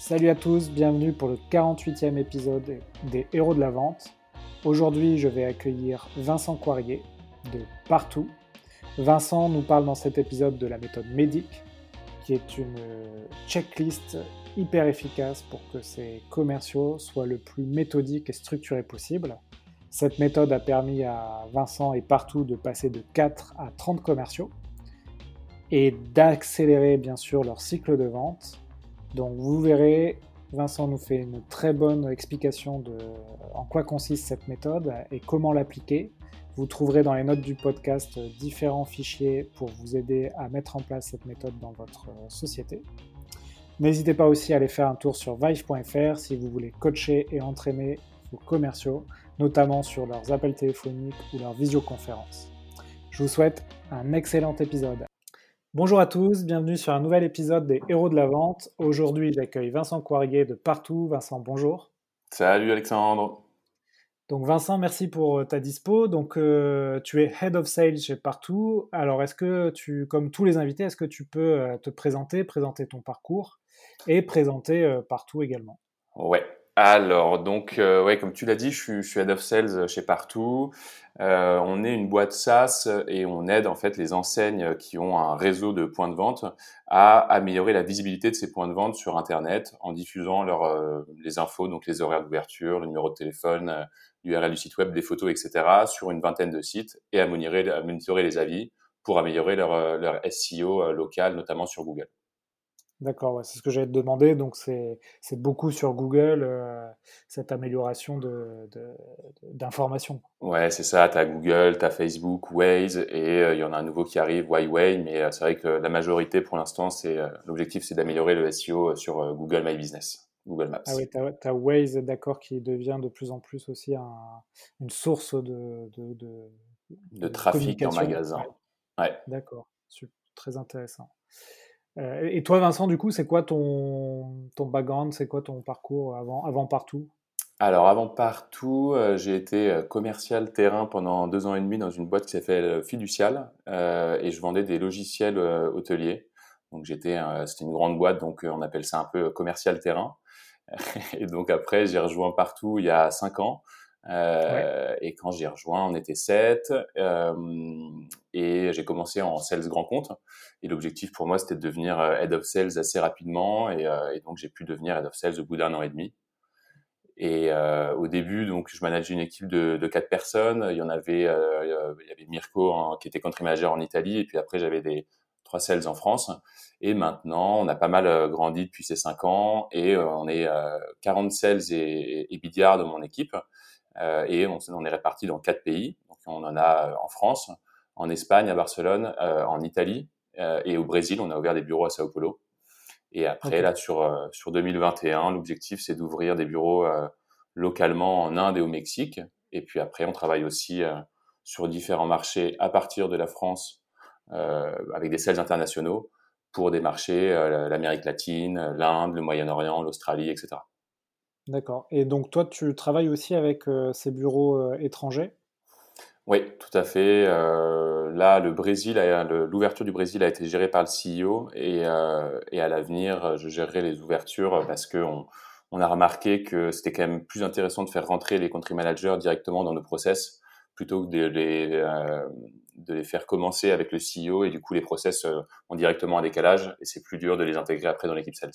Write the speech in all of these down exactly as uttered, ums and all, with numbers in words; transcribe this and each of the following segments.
Salut à tous, bienvenue pour le quarante-huitième épisode des Héros de la Vente. Aujourd'hui, je vais accueillir Vincent Coirier de Partout. Vincent nous parle dans cet épisode de la méthode MEDDIC, qui est une checklist hyper efficace pour que ces commerciaux soient le plus méthodiques et structurés possible. Cette méthode a permis à Vincent et Partout de passer de quatre à trente commerciaux et d'accélérer bien sûr leur cycle de vente. Donc vous verrez, Vincent nous fait une très bonne explication de en quoi consiste cette méthode et comment l'appliquer. Vous trouverez dans les notes du podcast différents fichiers pour vous aider à mettre en place cette méthode dans votre société. N'hésitez pas aussi à aller faire un tour sur vive point f r si vous voulez coacher et entraîner vos commerciaux, notamment sur leurs appels téléphoniques ou leurs visioconférences. Je vous souhaite un excellent épisode. Bonjour à tous, bienvenue sur un nouvel épisode des Héros de la Vente. Aujourd'hui, j'accueille Vincent Coirier de Partout. Vincent, bonjour. Salut Alexandre. Donc Vincent, merci pour ta dispo. Donc euh, tu es Head of Sales chez Partout. Alors est-ce que tu, comme tous les invités, est-ce que tu peux euh, te présenter, présenter ton parcours et présenter euh, Partout également? Ouais. Alors, donc, euh, ouais, comme tu l'as dit, je suis, je suis Head of Sales chez Partout. Euh, on est une boîte SaaS et on aide en fait les enseignes qui ont un réseau de points de vente à améliorer la visibilité de ces points de vente sur Internet en diffusant leur, euh, les infos, donc les horaires d'ouverture, le numéro de téléphone, euh, l'U R L du site web, des photos, et cetera sur une vingtaine de sites et à monitorer, à monitorer les avis pour améliorer leur, euh, leur S E O local, notamment sur Google. D'accord, ouais, c'est ce que j'allais te demander. Donc c'est, c'est beaucoup sur Google, euh, cette amélioration de, de, de- d'informations. Ouais, c'est ça. T'as Google, t'as Facebook, Waze, et euh, il y en a un nouveau qui arrive, Huawei. Mais euh, c'est vrai que la majorité, pour l'instant, c'est euh, l'objectif, c'est d'améliorer le S E O sur euh, Google My Business, Google Ah Maps, oui, t'as, t'as Waze, d'accord, qui devient de plus en plus aussi un- une source de, de, de- de de trafic en communication. Ouais, magasin. Ouais. d'accord, Sup- très intéressant. Euh, et toi, Vincent, du coup, c'est quoi ton, ton background, c'est quoi ton parcours avant, avant Partout? Alors avant Partout, euh, j'ai été euh, commercial terrain pendant deux ans et demi dans une boîte qui s'appelle euh, Fiducial, euh, et je vendais des logiciels euh, hôteliers. Donc j'étais, euh, c'était une grande boîte, donc euh, on appelle ça un peu euh, commercial terrain. Et donc après, j'ai rejoint Partout il y a cinq ans. Ouais, Euh, et quand j'ai rejoint, on était sept. Euh, et j'ai commencé en sales grand compte. Et l'objectif pour moi, c'était de devenir euh, head of sales assez rapidement. Et, euh, et donc j'ai pu devenir head of sales au bout d'un an et demi. Et euh, au début, donc je manageais une équipe de, de quatre personnes. Il y en avait, euh, il y avait Mirko en- qui était country manager en Italie, et puis après j'avais des trois sales en France. Et maintenant, on a pas mal euh, grandi depuis ces cinq ans, et euh, on est euh, quarante sales et, et B D R de mon équipe, euh, et on, on est répartis dans quatre pays. Donc on en a euh, en France, en Espagne, à Barcelone, euh, en Italie, euh, et au Brésil. On a ouvert des bureaux à Sao Paulo. Et après, ok, là, sur, euh, sur deux mille vingt et un, l'objectif, c'est d'ouvrir des bureaux euh, localement en Inde et au Mexique. Et puis après, on travaille aussi euh, sur différents marchés à partir de la France, euh, avec des sales internationaux pour des marchés, euh, l'Amérique latine, l'Inde, le Moyen-Orient, l'Australie, et cetera. d'accord. Et donc toi, tu travailles aussi avec euh, ces bureaux euh, étrangers? Oui, tout à fait. Euh, là, le Brésil, a- le- l'ouverture du Brésil a été gérée par le C E O, et, euh, et à l'avenir, je gérerai les ouvertures parce que on, on a remarqué que c'était quand même plus intéressant de faire rentrer les country managers directement dans nos process plutôt que de les, euh, de les faire commencer avec le C E O, et du coup les process euh, ont directement un décalage et c'est plus dur de les intégrer après dans l'équipe sales.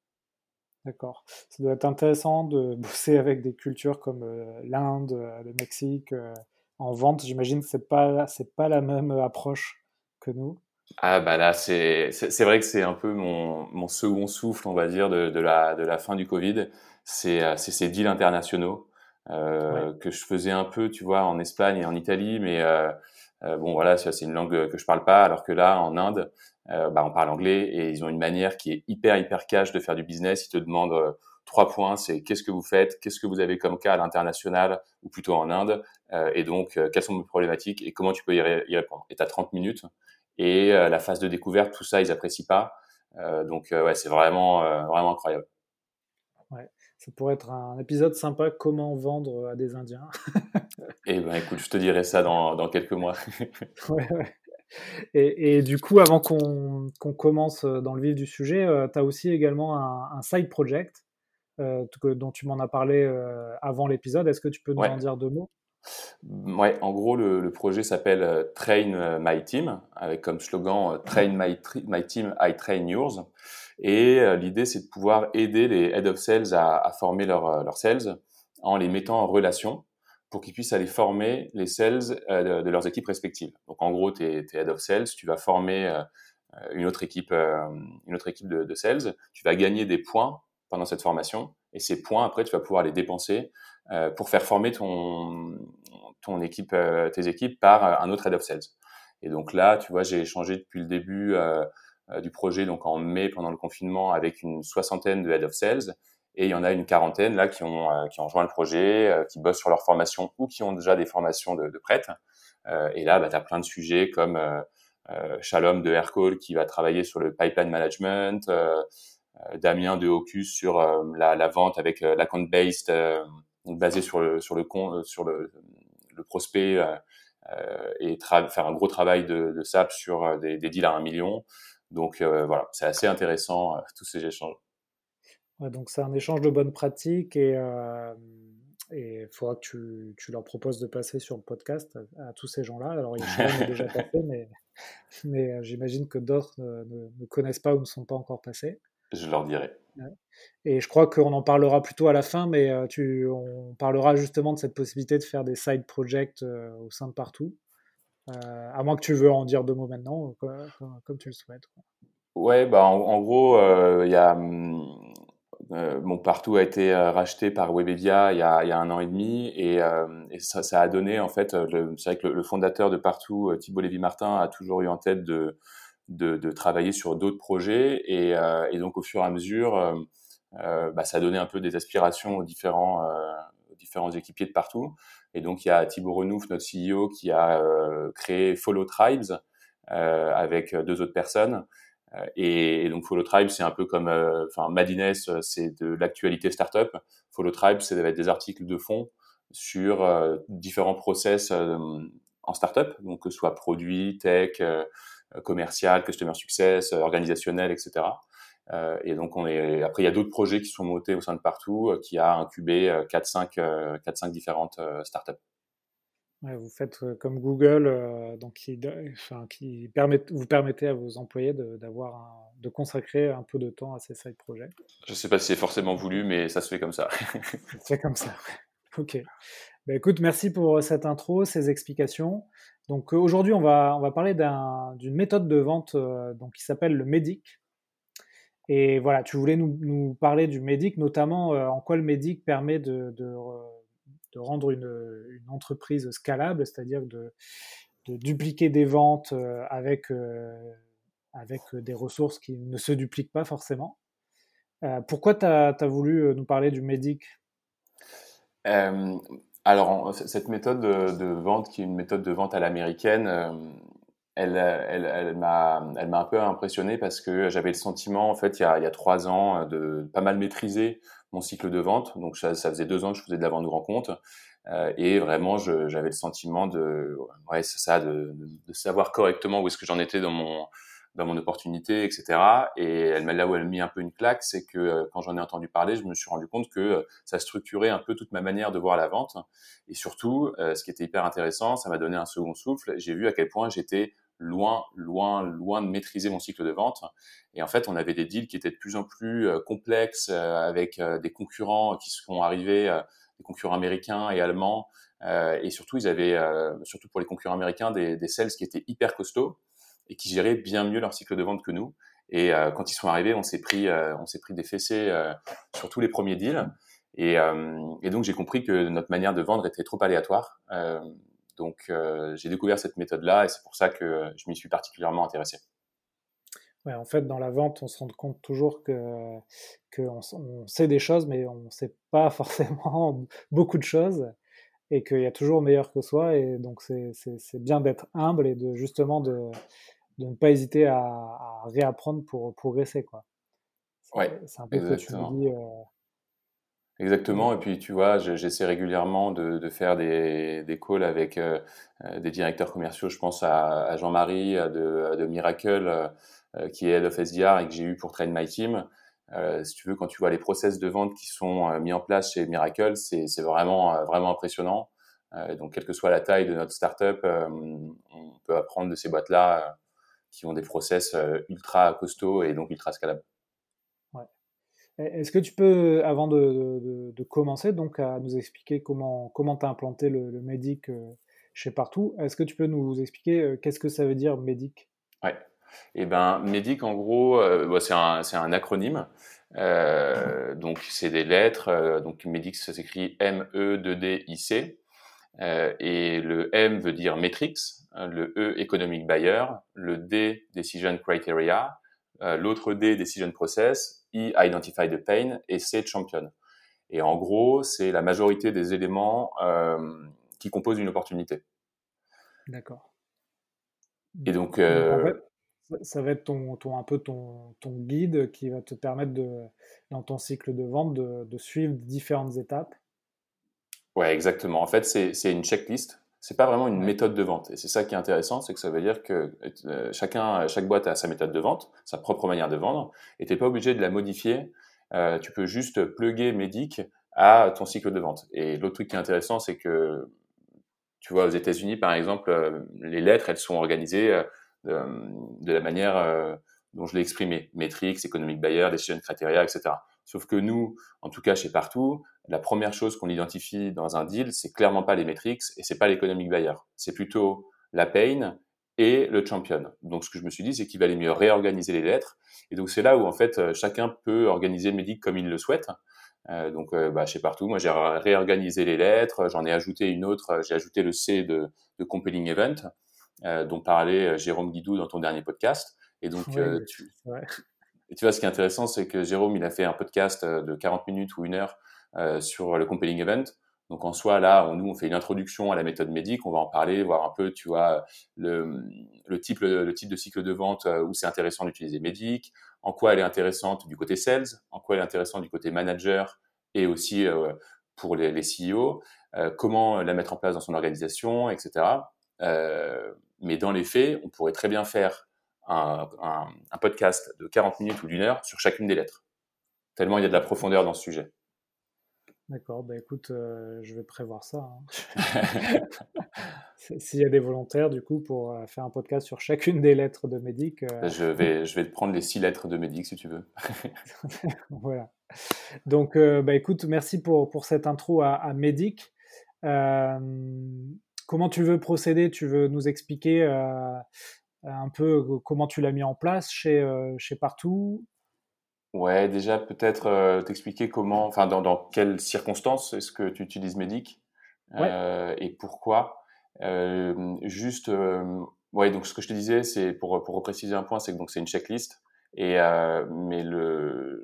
D'accord. Ça doit être intéressant de bosser avec des cultures comme euh, l'Inde, euh, le Mexique, euh, en vente. J'imagine que c'est pas, c'est pas la même approche que nous. Ah bah là, c'est c'est c'est vrai que c'est un peu mon mon second souffle, on va dire, de de la de la fin du Covid. C'est euh, c'est ces deals internationaux Ouais, euh, que je faisais un peu, tu vois, en Espagne et en Italie, mais euh, euh, bon voilà, ça, c'est une langue que je parle pas, alors que là, en Inde, euh, bah on parle anglais et ils ont une manière qui est hyper hyper cash de faire du business. Ils te demandent euh, trois points, c'est qu'est-ce que vous faites, qu'est-ce que vous avez comme cas à l'international ou plutôt en Inde, euh, et donc euh, quelles sont vos problématiques et comment tu peux y, ré- y répondre. Et t'as trente minutes. Et euh, la phase de découverte, tout ça, ils apprécient pas. Euh, donc euh, ouais, c'est vraiment euh, vraiment incroyable. ouais. Ça pourrait être un épisode sympa, comment vendre à des Indiens. Et ben écoute, je te dirai ça dans dans quelques mois. Ouais, ouais. Et, et du coup, avant qu'on qu'on commence dans le vif du sujet, euh, tu as aussi également un, un side project euh, que- dont tu m'en as parlé euh, avant l'épisode. Est-ce que tu peux nous Ouais. en dire deux mots? Ouais, en gros, le, le projet s'appelle euh, Train euh, My Team, avec comme slogan euh, Train my, tri- my Team, I Train Yours. Et euh, l'idée, c'est de pouvoir aider les Head of Sales à, à former leurs euh, leurs sales en les mettant en relation pour qu'ils puissent aller former les sales euh, de, de leurs équipes respectives. Donc, en gros, tu es, Head of Sales, tu vas former euh, une autre équipe, euh, une autre équipe de, de sales, tu vas gagner des points pendant cette formation, et ces points, après, tu vas pouvoir les dépenser euh, pour faire former ton, ton équipe, euh, tes équipes par euh, un autre head of sales. Et donc là, tu vois, j'ai échangé depuis le début euh, euh, du projet, donc en mai pendant le confinement, avec une soixantaine de head of sales, et il y en a une quarantaine là qui ont euh, qui ont rejoint le projet, euh, qui bossent sur leur formation ou qui ont déjà des formations de, de prêtes. Euh, et là, bah, tu as plein de sujets comme euh, euh, Shalom de Aircall qui va travailler sur le pipeline management, euh, euh, Damien de Hocus sur euh, la, la vente avec euh, l'account based, euh, donc basé sur le sur le con, euh, sur le, le prospect euh, euh, et tra- faire un gros travail de, de S A P sur euh, des, des deals à un million. Donc euh, voilà, c'est assez intéressant euh, tous ces échanges. Ouais, donc c'est un échange de bonnes pratiques et euh, et il faudra que tu, tu leur proposes de passer sur le podcast à, à tous ces gens-là. Alors Shalom est déjà passé, mais, mais euh, j'imagine que d'autres euh, ne, ne connaissent pas ou ne sont pas encore passés. Je leur dirai. Ouais. Et je crois qu'on en parlera plutôt à la fin, mais euh, tu, on parlera justement de cette possibilité de faire des side projects euh, au sein de Partout. Euh, à moins que tu veux en dire deux mots maintenant, quoi, comme, comme tu le souhaites. Ouais, bah en, en gros, euh, il y a hum, euh, mon Partout a été euh, racheté par Webedia il y a, il y a un an et demi et, euh, et ça, ça a donné en fait, euh, le, c'est vrai que le, le fondateur de Partout, euh, Thibault Lévy-Martin, a toujours eu en tête de de, de travailler sur d'autres projets et, euh, et donc au fur et à mesure, euh, euh, bah, ça a donné un peu des aspirations aux différents euh, aux différents équipiers de Partout. Et donc il y a Thibaut Renouf, notre C E O, qui a euh, créé Follow Tribes euh, avec deux autres personnes. Euh, Et, et donc Follow Tribe, c'est un peu comme, euh, enfin Madines, euh, c'est de l'actualité startup. Follow Tribe, c'est des articles de fond sur euh, différents process euh, en startup, donc que ce soit produit, tech, euh, commercial, customer success, euh, organisationnel, et cetera. Euh, et donc on est. Après, il y a d'autres projets qui sont montés au sein de Partout, euh, qui a incubé euh, quatre cinq euh, quatre cinq différentes euh, startups. Ouais, vous faites euh, comme Google, euh, donc qui, do- enfin, qui permet, vous permettez à vos employés de, d'avoir un- de consacrer un peu de temps à ces side projects. Je sais pas si c'est forcément voulu, mais ça se fait comme ça. C'est comme ça. Ok. Bah, écoute, merci pour cette intro, ces explications. Donc euh, aujourd'hui, on va, on va parler d'un- d'une méthode de vente euh, donc, qui s'appelle le MEDDIC. Et voilà, tu voulais nous, nous parler du MEDDIC, notamment euh, en quoi le MEDDIC permet de, de, euh, de rendre une, une entreprise scalable, c'est-à-dire de, de dupliquer des ventes euh, avec, euh, avec des ressources qui ne se dupliquent pas forcément. Euh, pourquoi tu as voulu euh, nous parler du MEDDIC? Euh, alors, en- cette méthode de, de vente, qui est une méthode de vente à l'américaine, euh, elle, elle, elle m'a, elle m'a un peu impressionné parce que j'avais le sentiment, en fait, il y a, il y a trois ans, de pas mal maîtriser mon cycle de vente. Donc, ça, ça faisait deux ans que je faisais de la vente grand compte. Euh, et vraiment, je, j'avais le sentiment de, ouais, c'est ça, de, de, de savoir correctement où est-ce que j'en étais dans mon, dans mon opportunité, et cetera. Et elle m'a là où elle m'a mis un peu une claque, c'est que euh, quand j'en ai entendu parler, je me suis rendu compte que euh, ça structurait un peu toute ma manière de voir la vente. Et surtout, euh, ce qui était hyper intéressant, ça m'a donné un second souffle. J'ai vu à quel point j'étais loin, loin, loin de maîtriser mon cycle de vente. Et en fait, on avait des deals qui étaient de plus en plus euh, complexes, euh, avec euh, des concurrents qui sont arrivés, euh, des concurrents américains et allemands. Euh, et surtout, ils avaient, euh, surtout pour les concurrents américains, des, des sales qui étaient hyper costauds et qui géraient bien mieux leur cycle de vente que nous. Et euh, quand ils sont arrivés, on s'est pris, euh, on s'est pris des fessées euh, sur tous les premiers deals. Et, euh, et donc j'ai compris que notre manière de vendre était trop aléatoire. Euh, donc euh, j'ai découvert cette méthode-là et c'est pour ça que je m'y suis particulièrement intéressé. Ouais, en fait, dans la vente, on se rend compte toujours que, que on, s- on sait des choses, mais on ne sait pas forcément beaucoup de choses, et qu'il y a toujours meilleur que soi. Et donc, c'est c'est- c'est bien d'être humble et de justement de, de ne pas hésiter à, à réapprendre pour progresser, quoi. Ouais, C'est c'est un peu ce que tu nous exactement. dis. euh, Exactement. Et puis, tu vois, je- j'essaie régulièrement de, de faire des, des calls avec euh, euh, des directeurs commerciaux. Je pense à, à Jean-Marie euh, de, de Miracle, euh, euh, qui est Head of S D R et que j'ai eu pour Train My Team. Euh, si tu veux, quand tu vois les process de vente qui sont euh, mis en place chez Miracle, c'est, c'est vraiment, euh, vraiment impressionnant. Euh, donc, quelle que soit la taille de notre startup, euh, on peut apprendre de ces boîtes-là euh, qui ont des process euh, ultra costauds et donc ultra scalables. Ouais. Est-ce que tu peux, avant de, de- de commencer, donc à nous expliquer comment comment tu as implanté le, le Médic euh, chez Partout, est-ce que tu peux nous expliquer euh, qu'est-ce que ça veut dire Médic? Ouais. Et ben, MEDIC, en gros, euh, bah, c'est un, c'est un acronyme. Euh, donc, c'est des lettres. Euh, donc, MEDIC, ça s'écrit M E deux D I C. Euh, et le M veut dire Metrics, hein, le E, Economic Buyer, le D, Decision Criteria, euh, l'autre D, Decision Process, I, Identify the Pain, et C, Champion. Et en gros, c'est la majorité des éléments euh, qui composent une opportunité. D'accord. Et donc, Donc en euh, fait, ça ça va être ton, ton- un peu ton, ton guide qui va te permettre de, dans ton cycle de vente de, de suivre différentes étapes. Ouais, exactement. En fait, c'est c'est une checklist. C'est pas vraiment une Ouais, méthode de vente. Et c'est ça qui est intéressant, c'est que ça veut dire que euh, chacun, chaque boîte a sa méthode de vente, sa propre manière de vendre, et t'es pas obligé de la modifier. Euh, tu peux juste plugger Medic à ton cycle de vente. Et l'autre truc qui est intéressant, c'est que tu vois, aux États-Unis, par exemple, euh, les lettres, elles sont organisées euh, de, de la manière euh, dont je l'ai exprimé. Metrics, Economic Buyer, Decision Criteria, et cetera. Sauf que nous, en tout cas chez Partout, la première chose qu'on identifie dans un deal, c'est clairement pas les metrics et c'est pas l'Economic Buyer. C'est plutôt la pain et le champion. Donc, ce que je me suis dit, c'est qu'il valait mieux réorganiser les lettres. Et donc, c'est là où, en fait, euh, chacun peut organiser Medic comme il le souhaite. Euh, donc, euh, bah, chez Partout, moi, j'ai réorganisé les lettres, j'en ai ajouté une autre, euh, j'ai ajouté le C de, de Compelling Event, euh, dont parlait euh, Jérôme Guidou dans ton dernier podcast. Et donc, ouais, euh, exact. tu, C'est vrai. et tu vois, ce qui est intéressant, c'est que Jérôme, il a fait un podcast euh, de quarante minutes ou une heure euh, sur le Compelling Event. Donc, en soi, là, on, nous, on fait une introduction à la méthode médic. On va en parler, voir un peu, tu vois, le, le type, le, le type de cycle de vente euh, où c'est intéressant d'utiliser médic, en quoi elle est intéressante du côté sales, en quoi elle est intéressante du côté manager et aussi euh, pour les, les C E O, euh, comment la mettre en place dans son organisation, et cetera. Euh, mais dans les faits, on pourrait très bien faire un, un, un podcast de quarante minutes ou d'une heure sur chacune des lettres. Tellement il y a de la profondeur dans ce sujet. D'accord, bah écoute, euh, je vais prévoir ça, hein. S'il y a des volontaires, du coup, pour euh, faire un podcast sur chacune des lettres de Médic, euh, Je vais, je vais te prendre les six lettres de Médic si tu veux. voilà. Donc, euh, bah écoute, merci pour, pour cette intro à, à Médic. Euh, Comment tu veux procéder? Tu veux nous expliquer euh, un peu comment tu l'as mis en place chez, euh, chez Partout? Ouais, déjà peut-être euh, t'expliquer comment, enfin dans, dans quelles circonstances est-ce que tu utilises Médic Ouais, euh, et pourquoi. Euh, juste, euh, ouais, donc ce que je te disais, c'est pour pour repréciser un point, c'est que donc c'est une checklist et euh, mais le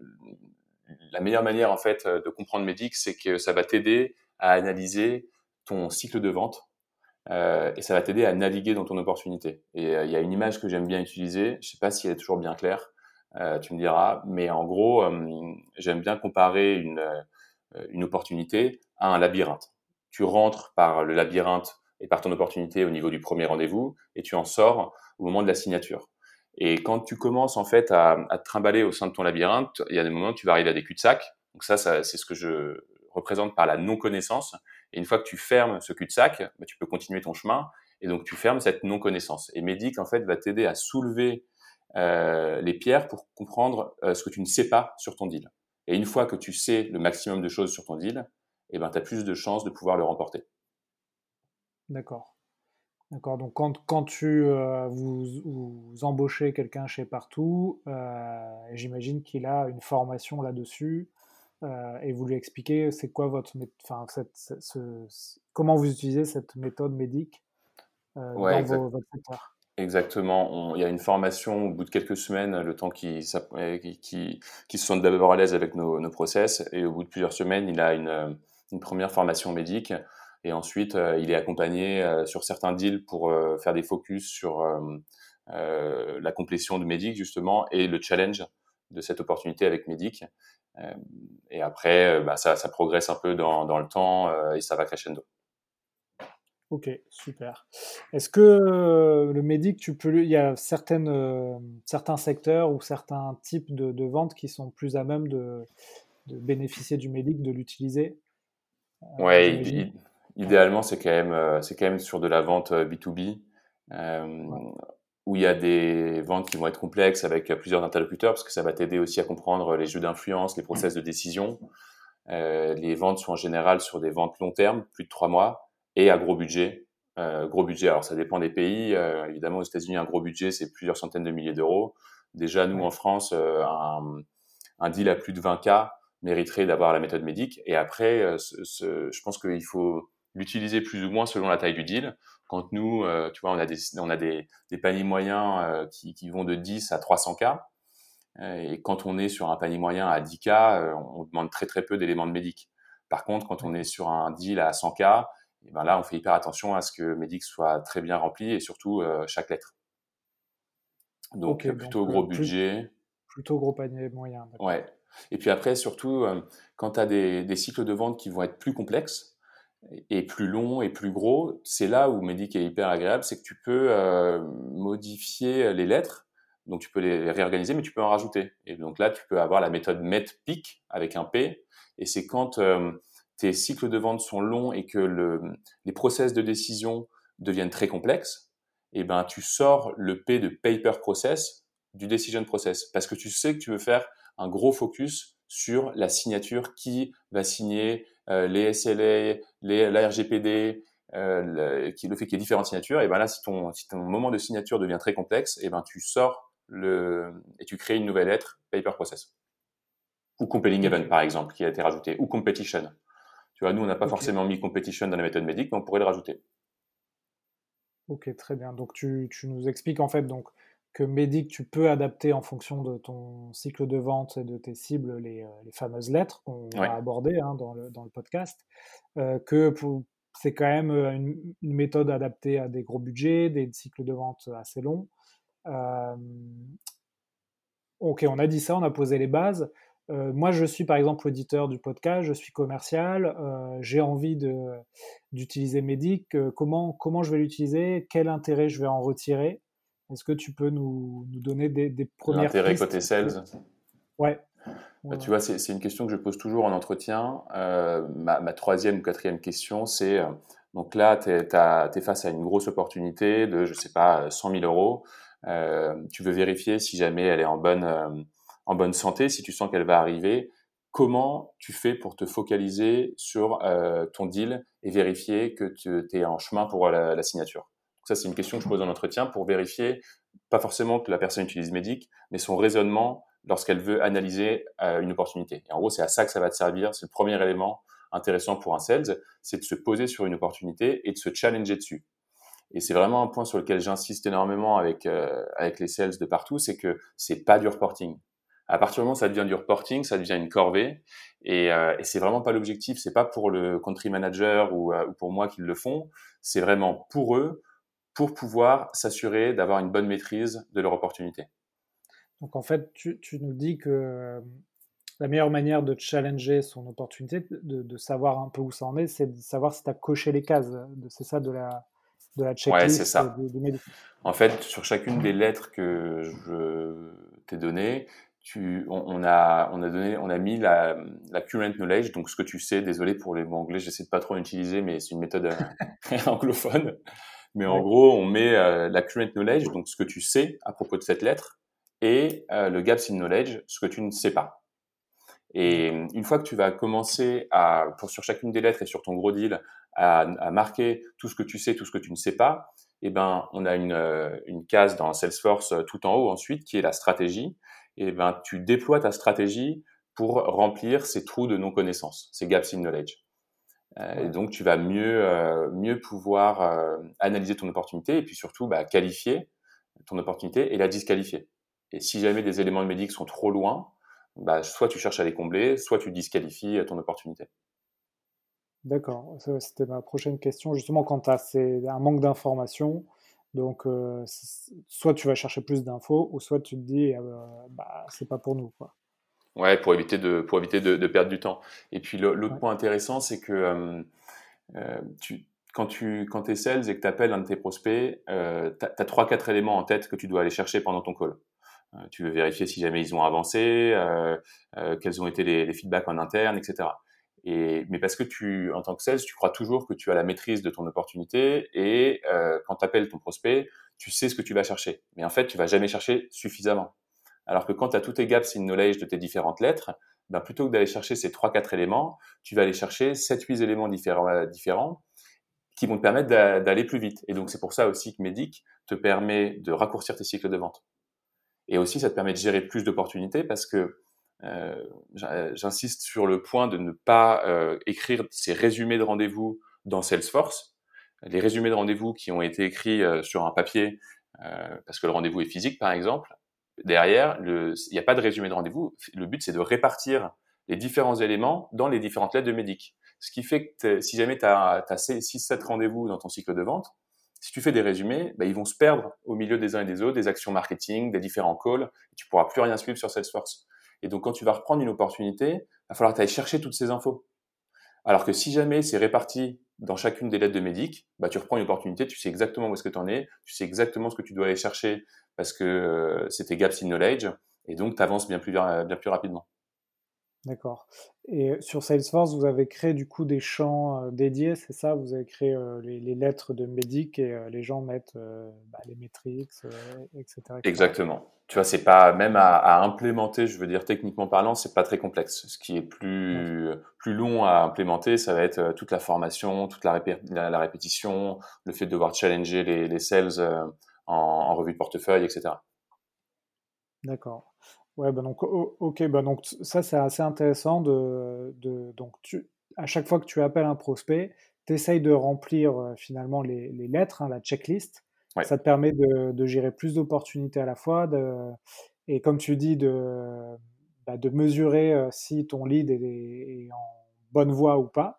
la meilleure manière en fait de comprendre Médic, c'est que ça va t'aider à analyser ton cycle de vente euh, et ça va t'aider à naviguer dans ton opportunité. Et euh, il y a une image que j'aime bien utiliser, je sais pas si elle est toujours bien claire, euh, tu me diras, mais en gros, euh, j'aime bien comparer une, euh, une opportunité à un labyrinthe. Tu rentres par le labyrinthe et par ton opportunité au niveau du premier rendez-vous et tu en sors au moment de la signature. Et quand tu commences en fait à, à te trimballer au sein de ton labyrinthe, il y a des moments où tu vas arriver à des cul-de-sac. Donc ça, ça c'est ce que je représente par la non-connaissance. Et une fois que tu fermes ce cul-de-sac, bah, tu peux continuer ton chemin. Et donc, tu fermes cette non-connaissance. Et Médic, en fait, va t'aider à soulever euh, les pierres pour comprendre euh, ce que tu ne sais pas sur ton deal. Et une fois que tu sais le maximum de choses sur ton deal, eh ben, tu as plus de chances de pouvoir le remporter. d'accord. D'accord. Donc, quand, quand tu euh, vous, vous embauchez quelqu'un chez Partout, euh, j'imagine qu'il a une formation là-dessus, euh, et vous lui expliquez c'est quoi votre, mé- enfin, cette, ce- ce- comment vous utilisez cette méthode médic euh, Ouais, dans exact. vos, votre secteur. Exactement. On- Il y a une formation au bout de quelques semaines, le temps qu'il s'app- euh, qu'il- qu'il- qu'il se sente d'abord à l'aise avec nos, nos process. Et au bout de plusieurs semaines, il a une, euh, une première formation médic. Et ensuite, euh, il est accompagné euh, sur certains deals pour euh, faire des focus sur euh, euh, la complétion de médic, justement, et le challenge. de cette opportunité avec Medic. Euh, et après, euh, bah, ça, ça progresse un peu dans, dans le temps euh, et ça va crescendo. Ok, super. Est-ce que euh, le Médic, tu peux, il y a certaines, euh, certains secteurs ou certains types de, de ventes qui sont plus à même de, de bénéficier du Médic, de l'utiliser? Euh, Ouais, id- j'imagine. id- Ouais, idéalement, c'est quand même, euh, c'est quand même sur de la vente euh, B deux B, euh, ouais, où il y a des ventes qui vont être complexes avec euh, plusieurs interlocuteurs, parce que ça va t'aider aussi à comprendre les jeux d'influence, les process de décision. Euh, les ventes sont en général sur des ventes long terme, plus de trois mois, et à gros budget. Euh, gros budget, alors ça dépend des pays. Euh, évidemment, aux États-Unis, un gros budget, c'est plusieurs centaines de milliers d'euros. Déjà, nous, en ouais. France, euh, un, un deal à plus de vingt K mériterait d'avoir la méthode Médic. Et après, euh, ce, ce, je pense qu'il faut l'utiliser plus ou moins selon la taille du deal. Quand nous, euh, tu vois, on a des, on a des, des paniers moyens euh, qui, qui vont de dix à trois cents K. Euh, Et quand on est sur un panier moyen à dix K, euh, on demande très très peu d'éléments de Médic. Par contre, quand on est D'accord. sur un deal à cent K, et ben là, on fait hyper attention à ce que Médic soit très bien rempli et surtout euh, chaque lettre. Donc Ok, euh, donc plutôt euh, gros plus, budget. plutôt gros panier moyen, Ouais. d'accord. Et puis après, surtout, euh, quand tu as des, des cycles de vente qui vont être plus complexes et plus longs et plus gros, c'est là où Medic est hyper agréable, c'est que tu peux euh, modifier les lettres, donc tu peux les, les réorganiser, mais tu peux en rajouter. Et donc là, tu peux avoir la méthode MET-PIC avec un P, et c'est quand euh, tes cycles de vente sont longs et que le, les process de décision deviennent très complexes, et ben tu sors le P de Paper Process du Decision Process, parce que tu sais que tu veux faire un gros focus sur la signature, qui va signer euh, les S L A, les, la R G P D, euh, le, qui, le fait qu'il y ait différentes signatures. Et ben là, si ton, si ton moment de signature devient très complexe, et ben tu sors le et tu crées une nouvelle lettre paper process ou compelling Ok, event par exemple qui a été rajouté ou competition. Tu vois, nous on n'a pas ok, forcément mis competition dans la méthode médic, mais on pourrait le rajouter. ok, très bien. Donc tu, tu nous expliques en fait donc que Médic, tu peux adapter en fonction de ton cycle de vente et de tes cibles les, euh, les fameuses lettres qu'on va Ouais. aborder hein, dans le, dans le podcast. Euh, que pour- c'est quand même euh, une, une méthode adaptée à des gros budgets, des cycles de vente assez longs. Euh, ok, on a dit ça, on a posé les bases. Euh, moi, je suis par exemple auditeur du podcast, je suis commercial, euh, j'ai envie de, d'utiliser Medic. Euh, comment, comment je vais l'utiliser? Quel intérêt je vais en retirer? Est-ce que tu peux nous, nous donner des, des premières L'intérêt côté pistes sales, pour... Ouais, bah, ouais, tu ouais. vois, c'est, c'est une question que je pose toujours en entretien. Euh, ma, ma troisième ou quatrième question, c'est euh, donc là, tu es face à une grosse opportunité de, je sais pas, cent mille euros. Euh, tu veux vérifier si jamais elle est en bonne, euh, en bonne santé, si tu sens qu'elle va arriver. Comment tu fais pour te focaliser sur euh, ton deal et vérifier que tu es en chemin pour la, la signature? Donc ça, c'est une question que je pose en entretien pour vérifier, pas forcément que la personne utilise Medic, mais son raisonnement lorsqu'elle veut analyser euh, une opportunité. Et en gros, c'est à ça que ça va te servir. C'est le premier élément intéressant pour un sales, c'est de se poser sur une opportunité et de se challenger dessus. Et c'est vraiment un point sur lequel j'insiste énormément avec euh, avec les sales de partout, c'est que c'est pas du reporting. À partir du moment où ça devient du reporting, ça devient une corvée, et, euh, et c'est vraiment pas l'objectif. C'est pas pour le country manager ou, euh, ou pour moi qu'ils le font. C'est vraiment pour eux, pour pouvoir s'assurer d'avoir une bonne maîtrise de leur opportunité. Donc en fait, tu, tu nous dis que euh, la meilleure manière de challenger son opportunité, de, de savoir un peu où ça en est, c'est de savoir si tu as coché les cases. De- C'est ça de la, de la Ouais, c'est checklist ça. du, du Medic. En fait, sur chacune des lettres que je t'ai données, tu, on, on a, on a donné, on a mis la, la current knowledge, donc ce que tu sais. Désolé pour les mots anglais, j'essaie de pas trop l'utiliser, mais c'est une méthode euh, anglophone. Mais en Ouais, gros, on met euh, la current knowledge, donc ce que tu sais à propos de cette lettre, et euh, le gaps in knowledge, ce que tu ne sais pas. Et d'accord. une fois que tu vas commencer à, pour sur chacune des lettres et sur ton gros deal, à, à marquer tout ce que tu sais, tout ce que tu ne sais pas, eh ben, on a une, euh, une case dans Salesforce euh, tout en haut ensuite qui est la stratégie. Et ben, tu déploies ta stratégie pour remplir ces trous de non-connaissance, ces gaps in knowledge. Euh, et Ouais. donc, tu vas mieux, euh, mieux pouvoir euh, analyser ton opportunité et puis surtout bah, qualifier ton opportunité et la disqualifier. Et si jamais des éléments de médic sont trop loin, bah, soit tu cherches à les combler, soit tu disqualifies ton opportunité. D'accord. Ça, c'était ma prochaine question. Justement, quand tu as un manque d'informations, Donc, euh, c'est- soit tu vas chercher plus d'infos, ou soit tu te dis, euh, bah, c'est pas pour nous, quoi. Ouais, pour éviter de, pour éviter de, de perdre du temps. Et puis le- l'autre Ouais, point intéressant, c'est que euh, euh, tu, quand tu quand es sales et que tu appelles un de tes prospects, euh, tu as trois, quatre éléments en tête que tu dois aller chercher pendant ton call. Euh, tu veux vérifier si jamais ils ont avancé, euh, euh, quels ont été les, les feedbacks en interne, et cetera. Et, mais parce que tu, en tant que sales, tu crois toujours que tu as la maîtrise de ton opportunité et euh, quand tu appelles ton prospect, tu sais ce que tu vas chercher. Mais en fait, tu vas jamais chercher suffisamment. Alors que quand tu as tous tes gaps in knowledge de tes différentes lettres, ben plutôt que d'aller chercher ces trois, quatre éléments, tu vas aller chercher sept, huit éléments différents, différents qui vont te permettre d'a- d'aller plus vite. Et donc, c'est pour ça aussi que Medic te permet de raccourcir tes cycles de vente. Et aussi, ça te permet de gérer plus d'opportunités parce que euh, j'insiste sur le point de ne pas euh, écrire ces résumés de rendez-vous dans Salesforce. Les résumés de rendez-vous qui ont été écrits euh, sur un papier, euh, parce que le rendez-vous est physique, par exemple, derrière, il n'y a pas de résumé de rendez-vous. Le but, c'est de répartir les différents éléments dans les différentes lettres de Médic. Ce qui fait que si jamais tu as six sept rendez-vous dans ton cycle de vente, si tu fais des résumés, bah, ils vont se perdre au milieu des uns et des autres, des actions marketing, des différents calls, et tu pourras plus rien suivre sur Salesforce. Et donc, quand tu vas reprendre une opportunité, il va falloir que tu ailles chercher toutes ces infos. Alors que si jamais c'est réparti dans chacune des lettres de Médic, bah, tu reprends une opportunité, tu sais exactement où est-ce que tu en es, tu sais exactement ce que tu dois aller chercher parce que euh, c'est tes gaps in knowledge, et donc tu avances bien plus, bien plus rapidement. d'accord. Et sur Salesforce, vous avez créé du coup des champs euh, dédiés, c'est ça? Vous avez créé euh, les, les lettres de Medic et euh, les gens mettent euh, bah, les métriques, euh, et cetera, et cetera. Exactement. Tu vois, c'est pas même à, à implémenter, je veux dire techniquement parlant, c'est pas très complexe. Ce qui est Ouais. plus plus long à implémenter, ça va être euh, toute la formation, toute la, répé- la, la répétition, le fait de devoir challenger les, les sales euh, en, en revue de portefeuille, et cetera. D'accord. Ouais, bah donc, o- ok, bah donc t- ça c'est assez intéressant de, de donc tu, à chaque fois que tu appelles un prospect, tu essayes de remplir euh, finalement les, les lettres, hein, la checklist. Ouais, Ça te permet de, de gérer plus d'opportunités à la fois, de, et comme tu dis, de, bah, de mesurer euh, si ton lead est, est en bonne voie ou pas.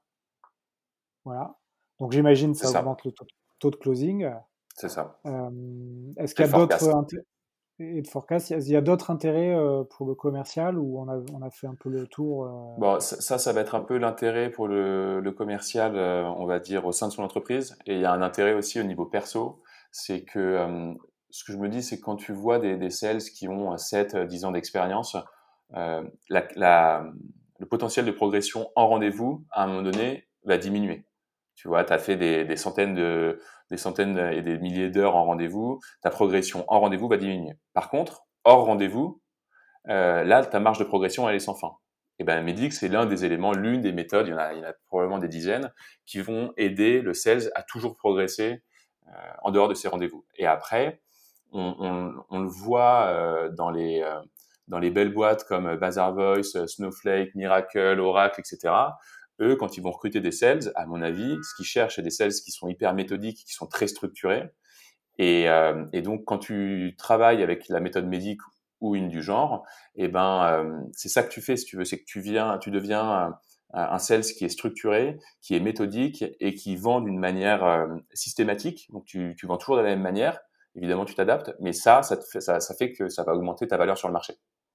Voilà. Donc j'imagine c'est ça ça, augmente le taux, taux de closing. c'est ça. Euh, Est-ce Et qu'il le y a d'autres forecast. inté- et de forecast, il y a, il y a d'autres intérêts euh, pour le commercial ou on a, on a fait un peu le tour euh, Bon, ça, ça, ça va être un peu l'intérêt pour le, le commercial, euh, on va dire, au sein de son entreprise. Et il y a un intérêt aussi au niveau perso, c'est que euh, ce que je me dis, c'est que quand tu vois des, des sales qui ont sept, dix ans d'expérience, euh, la, la, le potentiel de progression en rendez-vous, à un moment donné, va diminuer. Tu vois, tu as fait des, des centaines de, des centaines et des milliers d'heures en rendez-vous, ta progression en rendez-vous va diminuer. Par contre, hors rendez-vous, euh, là, ta marge de progression, elle est sans fin. Et ben, Medix, c'est l'un des éléments, l'une des méthodes, il y en a, il y en a probablement des dizaines, qui vont aider le sales à toujours progresser euh, en dehors de ses rendez-vous. Et après, on, on, on le voit euh, dans les euh, dans les belles boîtes comme Bazaar Voice, Snowflake, Miracle, Oracle, et cetera. Eux, quand ils vont recruter des sales, à mon avis, ce qu'ils cherchent, c'est des sales qui sont hyper méthodiques, qui sont très structurés. Et, euh, et donc, quand tu travailles avec la méthode médique ou une du genre, eh ben, euh, c'est ça que tu fais, si tu veux, c'est que tu viens, tu deviens un, un sales qui est structuré, qui est méthodique et qui vend d'une manière euh, systématique. Donc, tu, tu vends toujours de la même manière. Évidemment, tu t'adaptes, mais ça, ça, te fait, ça, ça fait que ça va augmenter ta valeur sur le marché.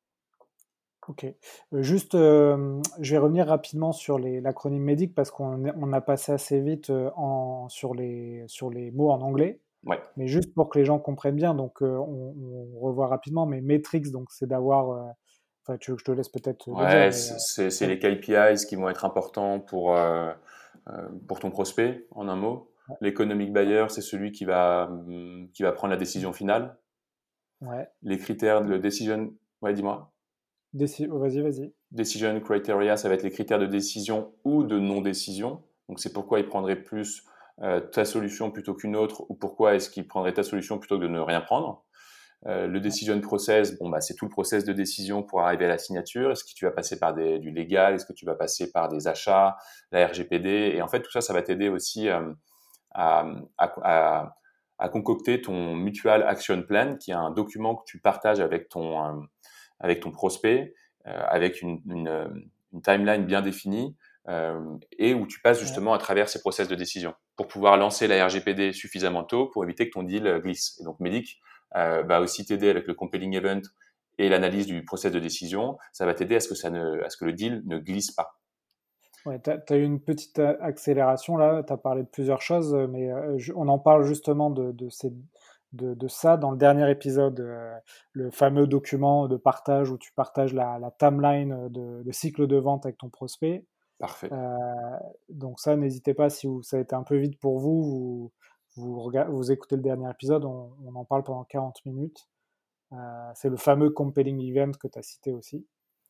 Ok. Euh, juste, euh, je vais revenir rapidement sur les- l'acronyme MEDIC parce qu'on est- on a passé assez vite euh, en, sur les, sur les mots en anglais. Ouais, Mais juste pour que les gens comprennent bien, donc euh, on, on revoit rapidement, mais Matrix, donc c'est d'avoir, euh, enfin tu veux que je te laisse peut-être le dire, ouais, mais c'est c'est euh, les K P Is qui vont être importants pour euh, euh, pour ton prospect, en un mot. L'economic buyer, c'est celui qui va hum, qui va prendre la décision finale. ouais. Les critères de decision, ouais, dis-moi. Déci- oh, vas-y, vas-y. Decision criteria, ça va être les critères de décision ou de non-décision. Donc, c'est pourquoi il prendrait plus euh, ta solution plutôt qu'une autre, ou pourquoi est-ce qu'il prendrait ta solution plutôt que de ne rien prendre. Euh, le Ouais, decision process, bon, bah, c'est tout le process de décision pour arriver à la signature. Est-ce que tu vas passer par des, du légal? Est-ce que tu vas passer par des achats, la R G P D? Et en fait, tout ça, ça va t'aider aussi euh, à, à, à, à concocter ton mutual action plan, qui est un document que tu partages avec ton, euh, avec ton prospect, euh, avec une, une, une timeline bien définie, euh, et où tu passes ouais. justement à travers ces process de décision. pour pouvoir lancer la R G P D suffisamment tôt pour éviter que ton deal euh, glisse. Et donc Medic euh, va aussi t'aider avec le compelling event et l'analyse du process de décision. Ça va t'aider à ce que ça ne, à ce que le deal ne glisse pas. Ouais, tu as eu une petite a- accélération là, tu as parlé de plusieurs choses, euh, mais euh, je- on en parle justement de, de, ces, de, de ça dans le dernier épisode, euh, le fameux document de partage où tu partages la, la timeline de, de cycle de vente avec ton prospect. Parfait. Euh, donc ça, n'hésitez pas, si vous, ça a été un peu vite pour vous, vous, vous, rega- vous écoutez le dernier épisode, on, on en parle pendant quarante minutes. Euh, c'est le fameux compelling event que tu as cité aussi.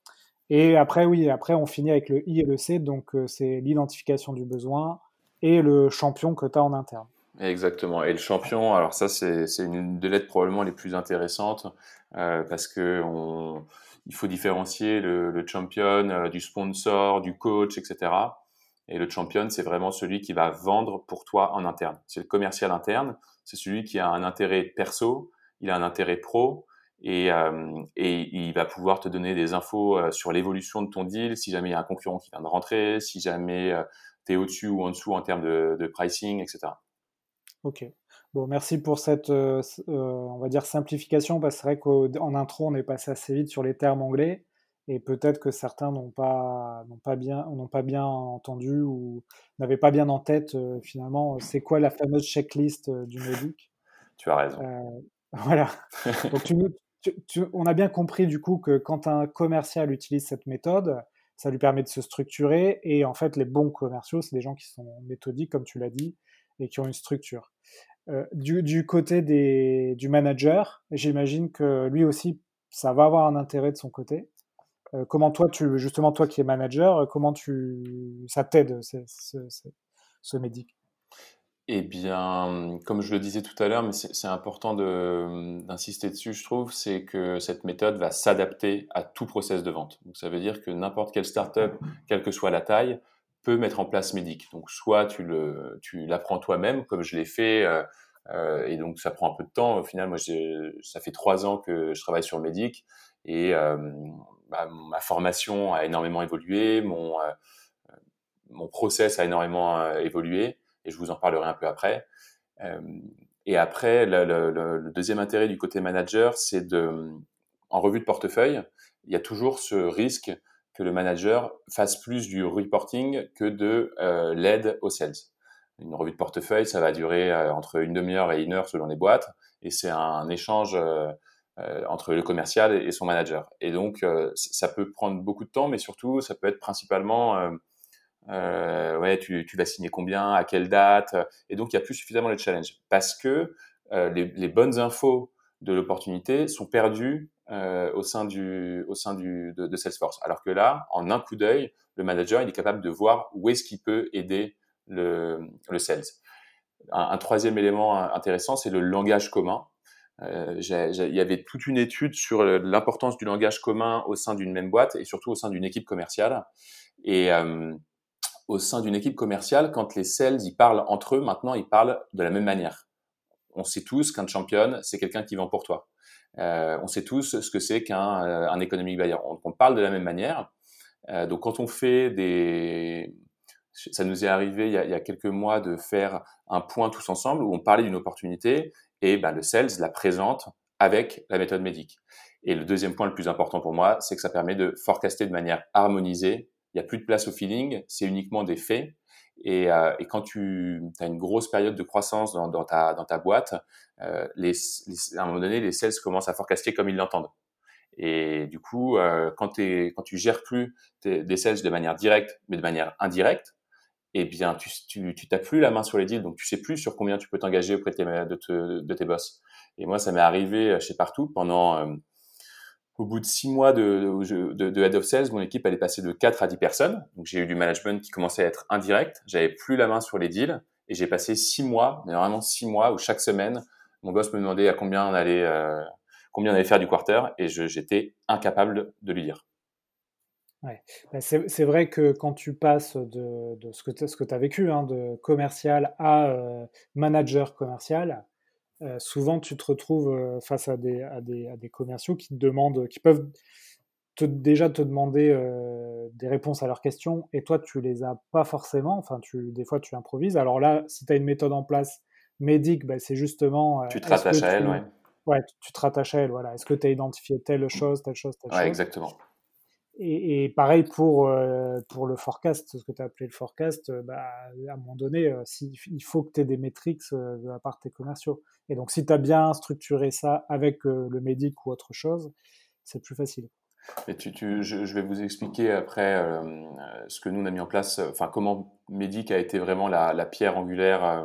Et après, oui, après, on finit avec le I et le C, donc euh, c'est l'identification du besoin et le champion que tu as en interne. Exactement. Et le champion, alors ça, c'est, c'est une des lettres probablement les plus intéressantes euh, parce que on, il faut différencier le, le champion euh, du sponsor, du coach, et cetera. Et le champion, c'est vraiment celui qui va vendre pour toi en interne. C'est le commercial interne, c'est celui qui a un intérêt perso, il a un intérêt pro et, euh, et il va pouvoir te donner des infos euh, sur l'évolution de ton deal, si jamais il y a un concurrent qui vient de rentrer, si jamais euh, tu es au-dessus ou en dessous en termes de, de pricing, et cetera. Ok. Bon, merci pour cette, euh, s- euh, on va dire, simplification, parce que c'est vrai qu'en intro, on est passé assez vite sur les termes anglais, et peut-être que certains n'ont pas, n'ont pas bien, n'ont pas bien entendu ou n'avaient pas bien en tête, euh, finalement, c'est quoi la fameuse checklist euh, du médic. Tu as raison. Euh, voilà. Donc, tu, nous- tu- tu- on a bien compris du coup que quand un commercial utilise cette méthode, ça lui permet de se structurer. Et en fait, les bons commerciaux, c'est des gens qui sont méthodiques, comme tu l'as dit, et qui ont une structure. Euh, du, du côté des, du manager, j'imagine que lui aussi, ça va avoir un intérêt de son côté. Euh, comment toi, tu, justement, toi qui es manager, euh, comment tu, ça t'aide, ce, ce, ce, ce médic? Eh bien, comme je le disais tout à l'heure, mais c'est c'est important de, d'insister dessus, je trouve, c'est que cette méthode va s'adapter à tout process de vente. Donc, ça veut dire que n'importe quelle startup, quelle que soit la taille, peut mettre en place Médic. Donc, soit tu le, tu l'apprends toi-même, comme je l'ai fait, euh, euh, et donc ça prend un peu de temps. Au final, moi, j'ai, ça fait trois ans que je travaille sur Médic, et euh, bah, ma formation a énormément évolué, mon, euh, mon process a énormément euh, évolué, et je vous en parlerai un peu après. Euh, et après, le, le, le, deuxième intérêt du côté manager, c'est de, en revue de portefeuille, il y a toujours ce risque que le manager fasse plus du reporting que de euh, l'aide aux sales. Une revue de portefeuille, ça va durer euh, entre une demi-heure et une heure selon les boîtes, et c'est un échange euh, euh, entre le commercial et son manager. Et donc, euh, ça peut prendre beaucoup de temps, mais surtout, ça peut être principalement euh, euh, ouais, tu, tu vas signer combien, à quelle date, et donc il n'y a plus suffisamment de challenge parce que euh, les, les bonnes infos de l'opportunité sont perdues euh, au sein du au sein du de, de Salesforce. Alors que là, en un coup d'œil, le manager il est capable de voir où est-ce qu'il peut aider le, le sales. Un, un troisième élément intéressant, c'est le langage commun. Euh, j'ai, j'ai, il y avait toute une étude sur l'importance du langage commun au sein d'une même boîte et surtout au sein d'une équipe commerciale. Et euh, au sein d'une équipe commerciale, quand les sales ils parlent entre eux, maintenant ils parlent de la même manière. On sait tous qu'un champion, c'est quelqu'un qui vend pour toi. Euh, on sait tous ce que c'est qu'un euh, un economic buyer. On, on parle de la même manière. Euh, donc quand on fait des, ça nous est arrivé il y, a, il y a quelques mois de faire un point tous ensemble où on parlait d'une opportunité et ben, le sales la présente avec la méthode médic. Et le deuxième point le plus important pour moi, c'est que ça permet de forecaster de manière harmonisée. Il n'y a plus de place au feeling, c'est uniquement des faits. Et, euh, et quand tu as une grosse période de croissance dans, dans, ta, dans ta boîte, euh, les, les, à un moment donné, les sales commencent à forecaster comme ils l'entendent. Et du coup, euh, quand, t'es, quand tu gères plus tes, des sales de manière directe, mais de manière indirecte, eh bien, tu, tu, tu t'as plus la main sur les deals, donc tu sais plus sur combien tu peux t'engager auprès de tes, de, te, de tes boss. Et moi, ça m'est arrivé chez Partout pendant, euh, au bout de six mois de, de, de Head of Sales, mon équipe elle est passée de quatre à dix personnes. Donc j'ai eu du management qui commençait à être indirect. J'avais plus la main sur les deals et j'ai passé six mois, mais vraiment six mois où chaque semaine, mon boss me demandait à combien on allait, euh, combien on allait faire du quarter et je, j'étais incapable de lui dire. Ouais. Ben, c'est c'est vrai que quand tu passes de, de ce que tu ce que as vécu, hein, de commercial à euh, manager commercial, euh, souvent tu te retrouves euh, face à des, à des, à des commerciaux qui te demandent, qui peuvent te, déjà te demander euh, des réponses à leurs questions et toi, tu les as pas forcément. Enfin, tu, des fois, tu improvises. Alors là, si tu as une méthode en place, Médic, bah, c'est justement, euh, Tu te est-ce que rattaches à elle, tu, ouais. ouais, tu, tu te rattaches à elle, voilà. Est-ce que tu as identifié telle chose, telle chose, telle Ouais, chose? exactement. Et, et pareil pour, euh, pour le forecast, ce que tu as appelé le forecast, euh, bah, à un moment donné, euh, si, il faut que tu aies des métriques euh, de la part de tes commerciaux. Et donc, si tu as bien structuré ça avec euh, le Médic ou autre chose, c'est plus facile. Mais tu, tu, je, je vais vous expliquer après euh, ce que nous on a mis en place, enfin comment Medic a été vraiment la, la pierre angulaire euh,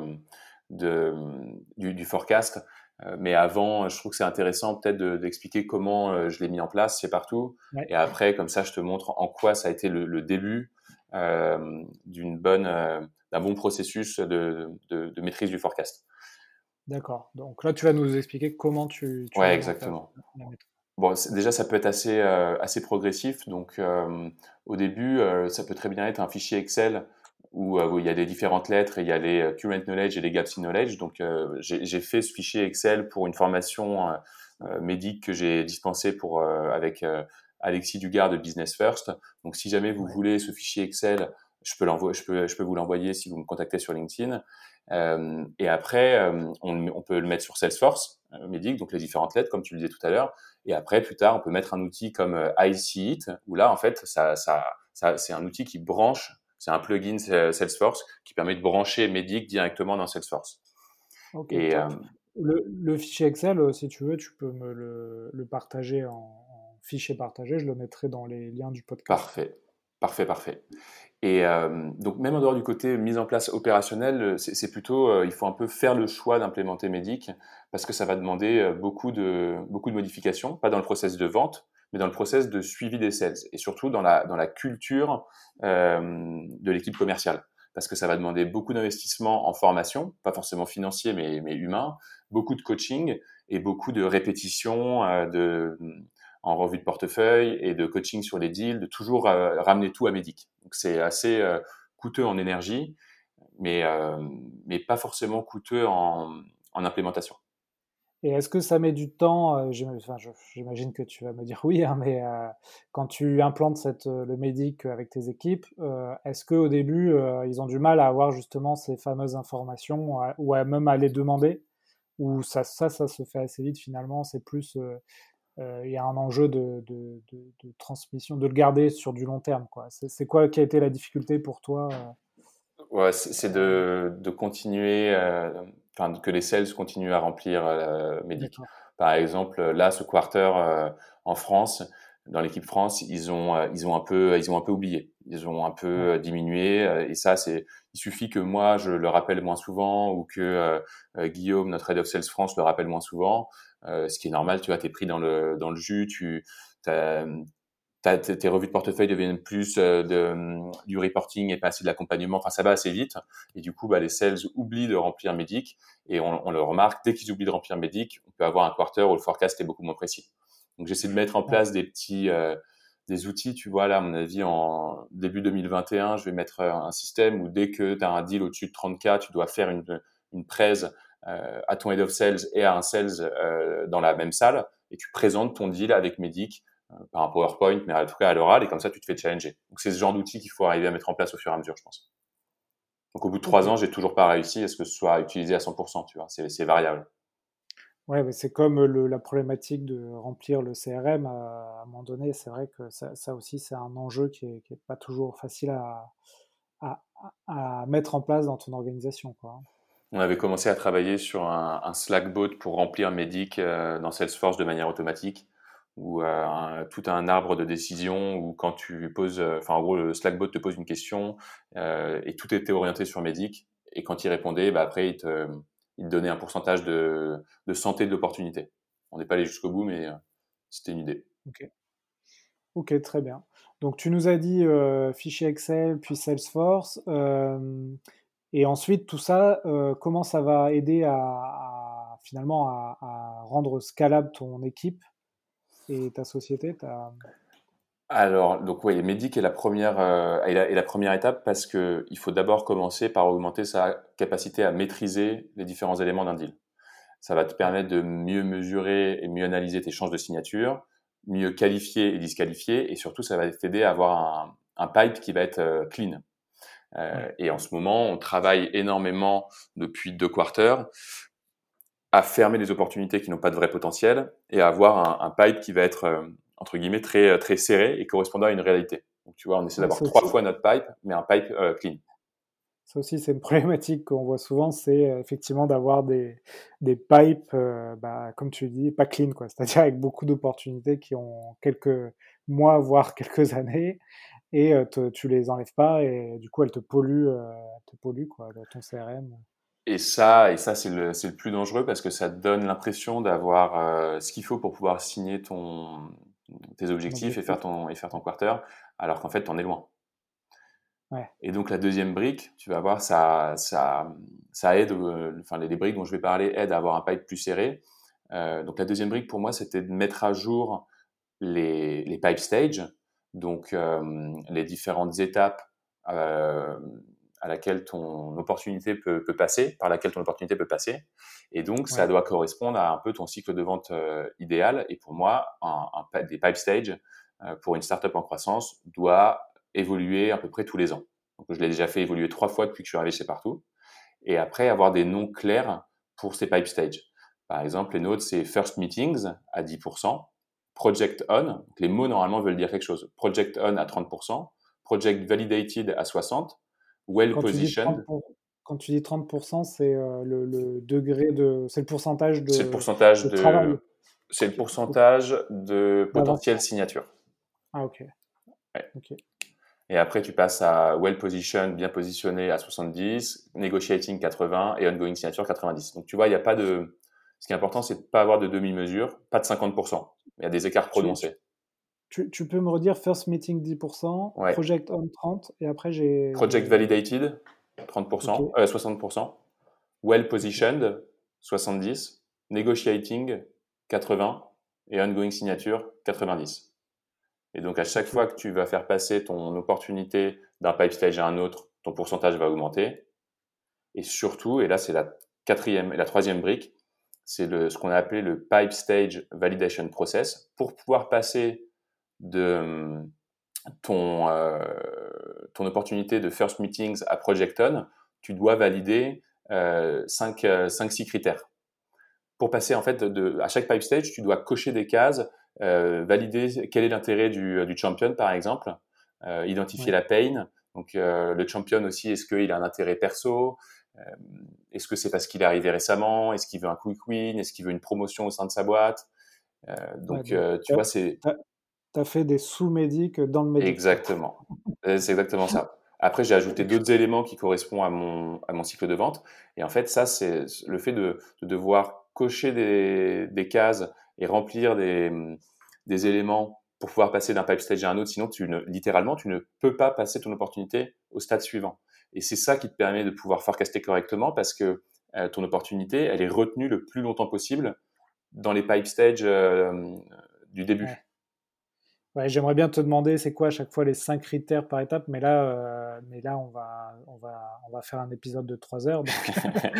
de, du, du forecast. Euh, mais avant, je trouve que c'est intéressant peut-être de- d'expliquer comment euh, je l'ai mis en place chez Partout. Ouais. Et après, comme ça, je te montre en quoi ça a été le, le début euh, d'une bonne, euh, d'un bon processus de, de, de maîtrise du forecast. D'accord. Donc là, tu vas nous expliquer comment tu, tu Ouais, l'as mis en place, exactement. la méthode. Bon, c'est- déjà, ça peut être assez, euh, assez progressif. Donc, euh, au début, euh, ça peut très bien être un fichier Excel où, euh, où il y a des différentes lettres et il y a les euh, current knowledge et les gaps in knowledge. Donc, euh, j'ai j'ai fait ce fichier Excel pour une formation euh, euh, médic que j'ai dispensée pour, euh, avec euh, Alexis Dugard de Business First. Donc, si jamais vous Ouais. voulez ce fichier Excel, je peux, l'envoyer, je peux, je peux vous l'envoyer si vous me contactez sur LinkedIn. Euh, et après, euh, on, on peut le mettre sur Salesforce, euh, médic, donc les différentes lettres, comme tu le disais tout à l'heure. Et après, plus tard, on peut mettre un outil comme euh, I C I T, où là, en fait, ça, ça, ça, c'est un outil qui branche, c'est un plugin euh, Salesforce qui permet de brancher Medic directement dans Salesforce. Ok, Et euh, top. Le, le fichier Excel, euh, si tu veux, tu peux me le, le partager en, en fichier partagé. Je le mettrai dans les liens du podcast. parfait, parfait, parfait. Et euh, donc, même en dehors du côté mise en place opérationnelle, c'est c'est plutôt, euh, il faut un peu faire le choix d'implémenter Medic parce que ça va demander euh, beaucoup de, beaucoup de modifications, pas dans le process de vente, mais dans le process de suivi des sales et surtout dans la, dans la culture euh, de l'équipe commerciale. Parce que ça va demander beaucoup d'investissement en formation, pas forcément financier, mais, mais humain, beaucoup de coaching et beaucoup de répétitions, euh, de, en revue de portefeuille et de coaching sur les deals, de toujours euh, ramener tout à Medic. Donc c'est assez euh, coûteux en énergie, mais, euh, mais pas forcément coûteux en, en implémentation. Et est-ce que ça met du temps euh, j'im- enfin, je- j'imagine que tu vas me dire oui, hein, mais euh, quand tu implantes cette, euh, le Médic avec tes équipes, euh, est-ce qu'au début, euh, ils ont du mal à avoir justement ces fameuses informations à- ou à même à les demander? Ou ça, ça, ça se fait assez vite finalement? C'est plus, euh, euh, il y a un enjeu de, de- de- de transmission, de le garder sur du long terme, quoi. C'est c'est quoi qui a été la difficulté pour toi? euh, Ouais, c'est c'est de, de continuer, euh, enfin que les sales continuent à remplir euh, Medic. D'accord. Par exemple, là, ce quarter euh, en France, dans l'équipe France, ils ont, euh, ils ont un peu, ils ont un peu oublié. Ils ont un Ouais. peu euh, diminué. euh, Et ça, c'est, il suffit que moi je le rappelle moins souvent ou que euh, euh, Guillaume, notre head of sales France, le rappelle moins souvent. Euh, ce qui est normal, tu vois, t'es pris dans le dans le jus, tu t'as, ta- tes tes revues de portefeuille deviennent plus euh, de, hum, du reporting et pas assez de l'accompagnement. Enfin, ça va assez vite. Et du coup, bah, les sales oublient de remplir Medic et on, on le remarque. Dès qu'ils oublient de remplir Medic, on peut avoir un quarter où le forecast est beaucoup moins précis. Donc, j'essaie de mettre en Ouais. place des petits, euh, des outils. Tu vois, là, à mon avis, en début deux mille vingt et un, je vais mettre euh, un système où dès que tu as un deal au-dessus de trente K, tu dois faire une, une presse euh, à ton head of sales et à un sales euh, dans la même salle et tu présentes ton deal avec Medic euh, par un PowerPoint, mais en tout cas à l'oral, et comme ça, tu te fais challenger. Donc, c'est ce genre d'outil qu'il faut arriver à mettre en place au fur et à mesure, je pense. Donc, au bout de Ok. trois ans, j'ai toujours pas réussi à ce que ce soit utilisé à cent pour cent, tu vois. C'est, c'est variable. Ouais, mais c'est comme le- la problématique de remplir le C R M euh, à un moment donné. C'est vrai que ça, ça aussi, c'est un enjeu qui est, qui est pas toujours facile à, à, à mettre en place dans ton organisation, quoi. On avait commencé à travailler sur un, un Slack bot pour remplir Medic euh, dans Salesforce de manière automatique, ou euh, un- tout un arbre de décision où quand tu poses, euh, enfin en gros le Slack bot te pose une question euh, et tout était orienté sur Medic et quand il répondait, bah après il te, il te donnait un pourcentage de, de santé de l'opportunité. On n'est pas allé jusqu'au bout, mais euh, c'était une idée. Ok, ok, très bien. Donc tu nous as dit euh, fichier Excel, puis Salesforce, euh, et ensuite tout ça, euh, comment ça va aider à, à- finalement à, à rendre scalable ton équipe et ta société, ta... Alors, donc oui, Medic est la première, euh, est la, est la première étape parce que il faut d'abord commencer par augmenter sa capacité à maîtriser les différents éléments d'un deal. Ça va te Ouais, permettre de mieux mesurer et mieux analyser tes chances de signature, mieux qualifier et disqualifier, et surtout, ça va t'aider à avoir un pipe qui va être euh, clean. Euh, Ouais. et en ce moment, on travaille énormément depuis deux quarters à fermer les opportunités qui n'ont pas de vrai potentiel et à avoir un, un pipe qui va être, euh, entre guillemets, très, très serré et correspondant à une réalité. Donc, tu vois, on essaie Ouais, d'avoir ça trois aussi, fois notre pipe, mais un pipe euh, clean. ça aussi, c'est une problématique qu'on voit souvent, c'est euh, effectivement d'avoir des, des pipes, euh, bah, comme tu dis, pas clean, quoi. C'est-à-dire avec beaucoup d'opportunités qui ont quelques mois, voire quelques années, et euh, te- tu les enlèves pas, et du coup, elles te polluent, euh, elles te polluent, quoi, dans ton C R M. Et ça, et ça c'est le, c'est le plus dangereux parce que ça te donne l'impression d'avoir euh, ce qu'il faut pour pouvoir signer ton, tes Ton objectifs et faire objectif. ton, et faire ton Ouais. quarter, alors qu'en fait, tu en es loin. Ouais. Et donc la deuxième brique, tu vas voir, ça, ça, ça aide, euh, enfin les, les briques dont je vais parler aident à avoir un pipe plus serré. Euh, donc la deuxième brique pour moi, c'était de mettre à jour les, les pipe stages, donc euh, les différentes étapes euh, à laquelle ton opportunité peut, peut passer, par laquelle ton opportunité peut passer. Et donc ça Ouais. doit correspondre à un peu ton cycle de vente euh, idéal. Et pour moi, un, un, des pipe stages euh, pour une startup en croissance doit évoluer à peu près tous les ans. Donc, je l'ai déjà fait évoluer trois fois depuis que je suis arrivé chez Partout. Et après, avoir des noms clairs pour ces pipe stages. Par exemple, les nôtres, c'est First Meetings à dix pour cent, Project On, donc les mots normalement veulent dire quelque chose. Project On à trente pour cent, Project Validated à soixante pour cent, Well Quand tu dis trente Positioned, pour... Quand tu dis trente pour cent, c'est euh, le, le degré de, c'est le pourcentage c'est le de, pourcentage de travail. de, c'est le Ok. pourcentage de potentiel D'avancement. signature. Ah, ok. Ouais. Ok. Et après, tu passes à Well Positioned, bien positionné à soixante-dix, Negotiating quatre-vingts et Ongoing Signature quatre-vingt-dix. Donc, tu vois, il n'y a pas de, ce qui est important, c'est de pas avoir de demi-mesure, pas de cinquante pour cent. Il y a des écarts Tu, tu, prononcés. tu, tu peux me redire First Meeting dix pour cent, Ouais. Project On trente, et après j'ai... Project j'ai... Validated, trente pour cent, Ok. euh, soixante pour cent. Well Ok. Positioned, soixante-dix. Negotiating, quatre-vingts. Et Ongoing Signature, quatre-vingt-dix. Et donc, à chaque Ok. fois que tu vas faire passer ton opportunité d'un pipe stage à un autre, ton pourcentage va augmenter. Et surtout, et là, c'est la quatrième et la troisième brique, c'est le, ce qu'on a appelé le pipe stage validation process. Pour pouvoir passer de ton, euh, ton opportunité de first meetings à Project On, tu dois valider euh, cinq six critères. Pour passer, en fait, de, à chaque pipe stage, tu dois cocher des cases, euh, valider quel est l'intérêt du, du champion, par exemple, euh, identifier Ouais. la pain. Donc, euh, le champion aussi, est-ce qu'il a un intérêt perso? Euh, est-ce que c'est parce qu'il est arrivé récemment? Est-ce qu'il veut un quick win? Est-ce qu'il veut une promotion au sein de sa boîte? Euh, Ouais, donc, donc, euh, tu t'as, vois, c'est t'as- t'as fait des sous-médics dans le médic, quoi. exactement. Euh, C'est exactement ça. Après, j'ai ajouté d'autres éléments qui correspondent à mon, à mon cycle de vente. Et en fait, ça, c'est le fait de, de devoir cocher des, des cases et remplir des, des éléments pour pouvoir passer d'un pipe stage à un autre. Sinon, tu ne, littéralement, tu ne peux pas passer ton opportunité au stade suivant. Et c'est ça qui te permet de pouvoir forecaster correctement parce que euh, ton opportunité, elle est retenue le plus longtemps possible dans les pipe stages euh, du Ouais. début. Ouais, j'aimerais bien te demander c'est quoi à chaque fois les cinq critères par étape, mais là, euh, mais là on va, on va, on va faire un épisode de trois heures. Donc,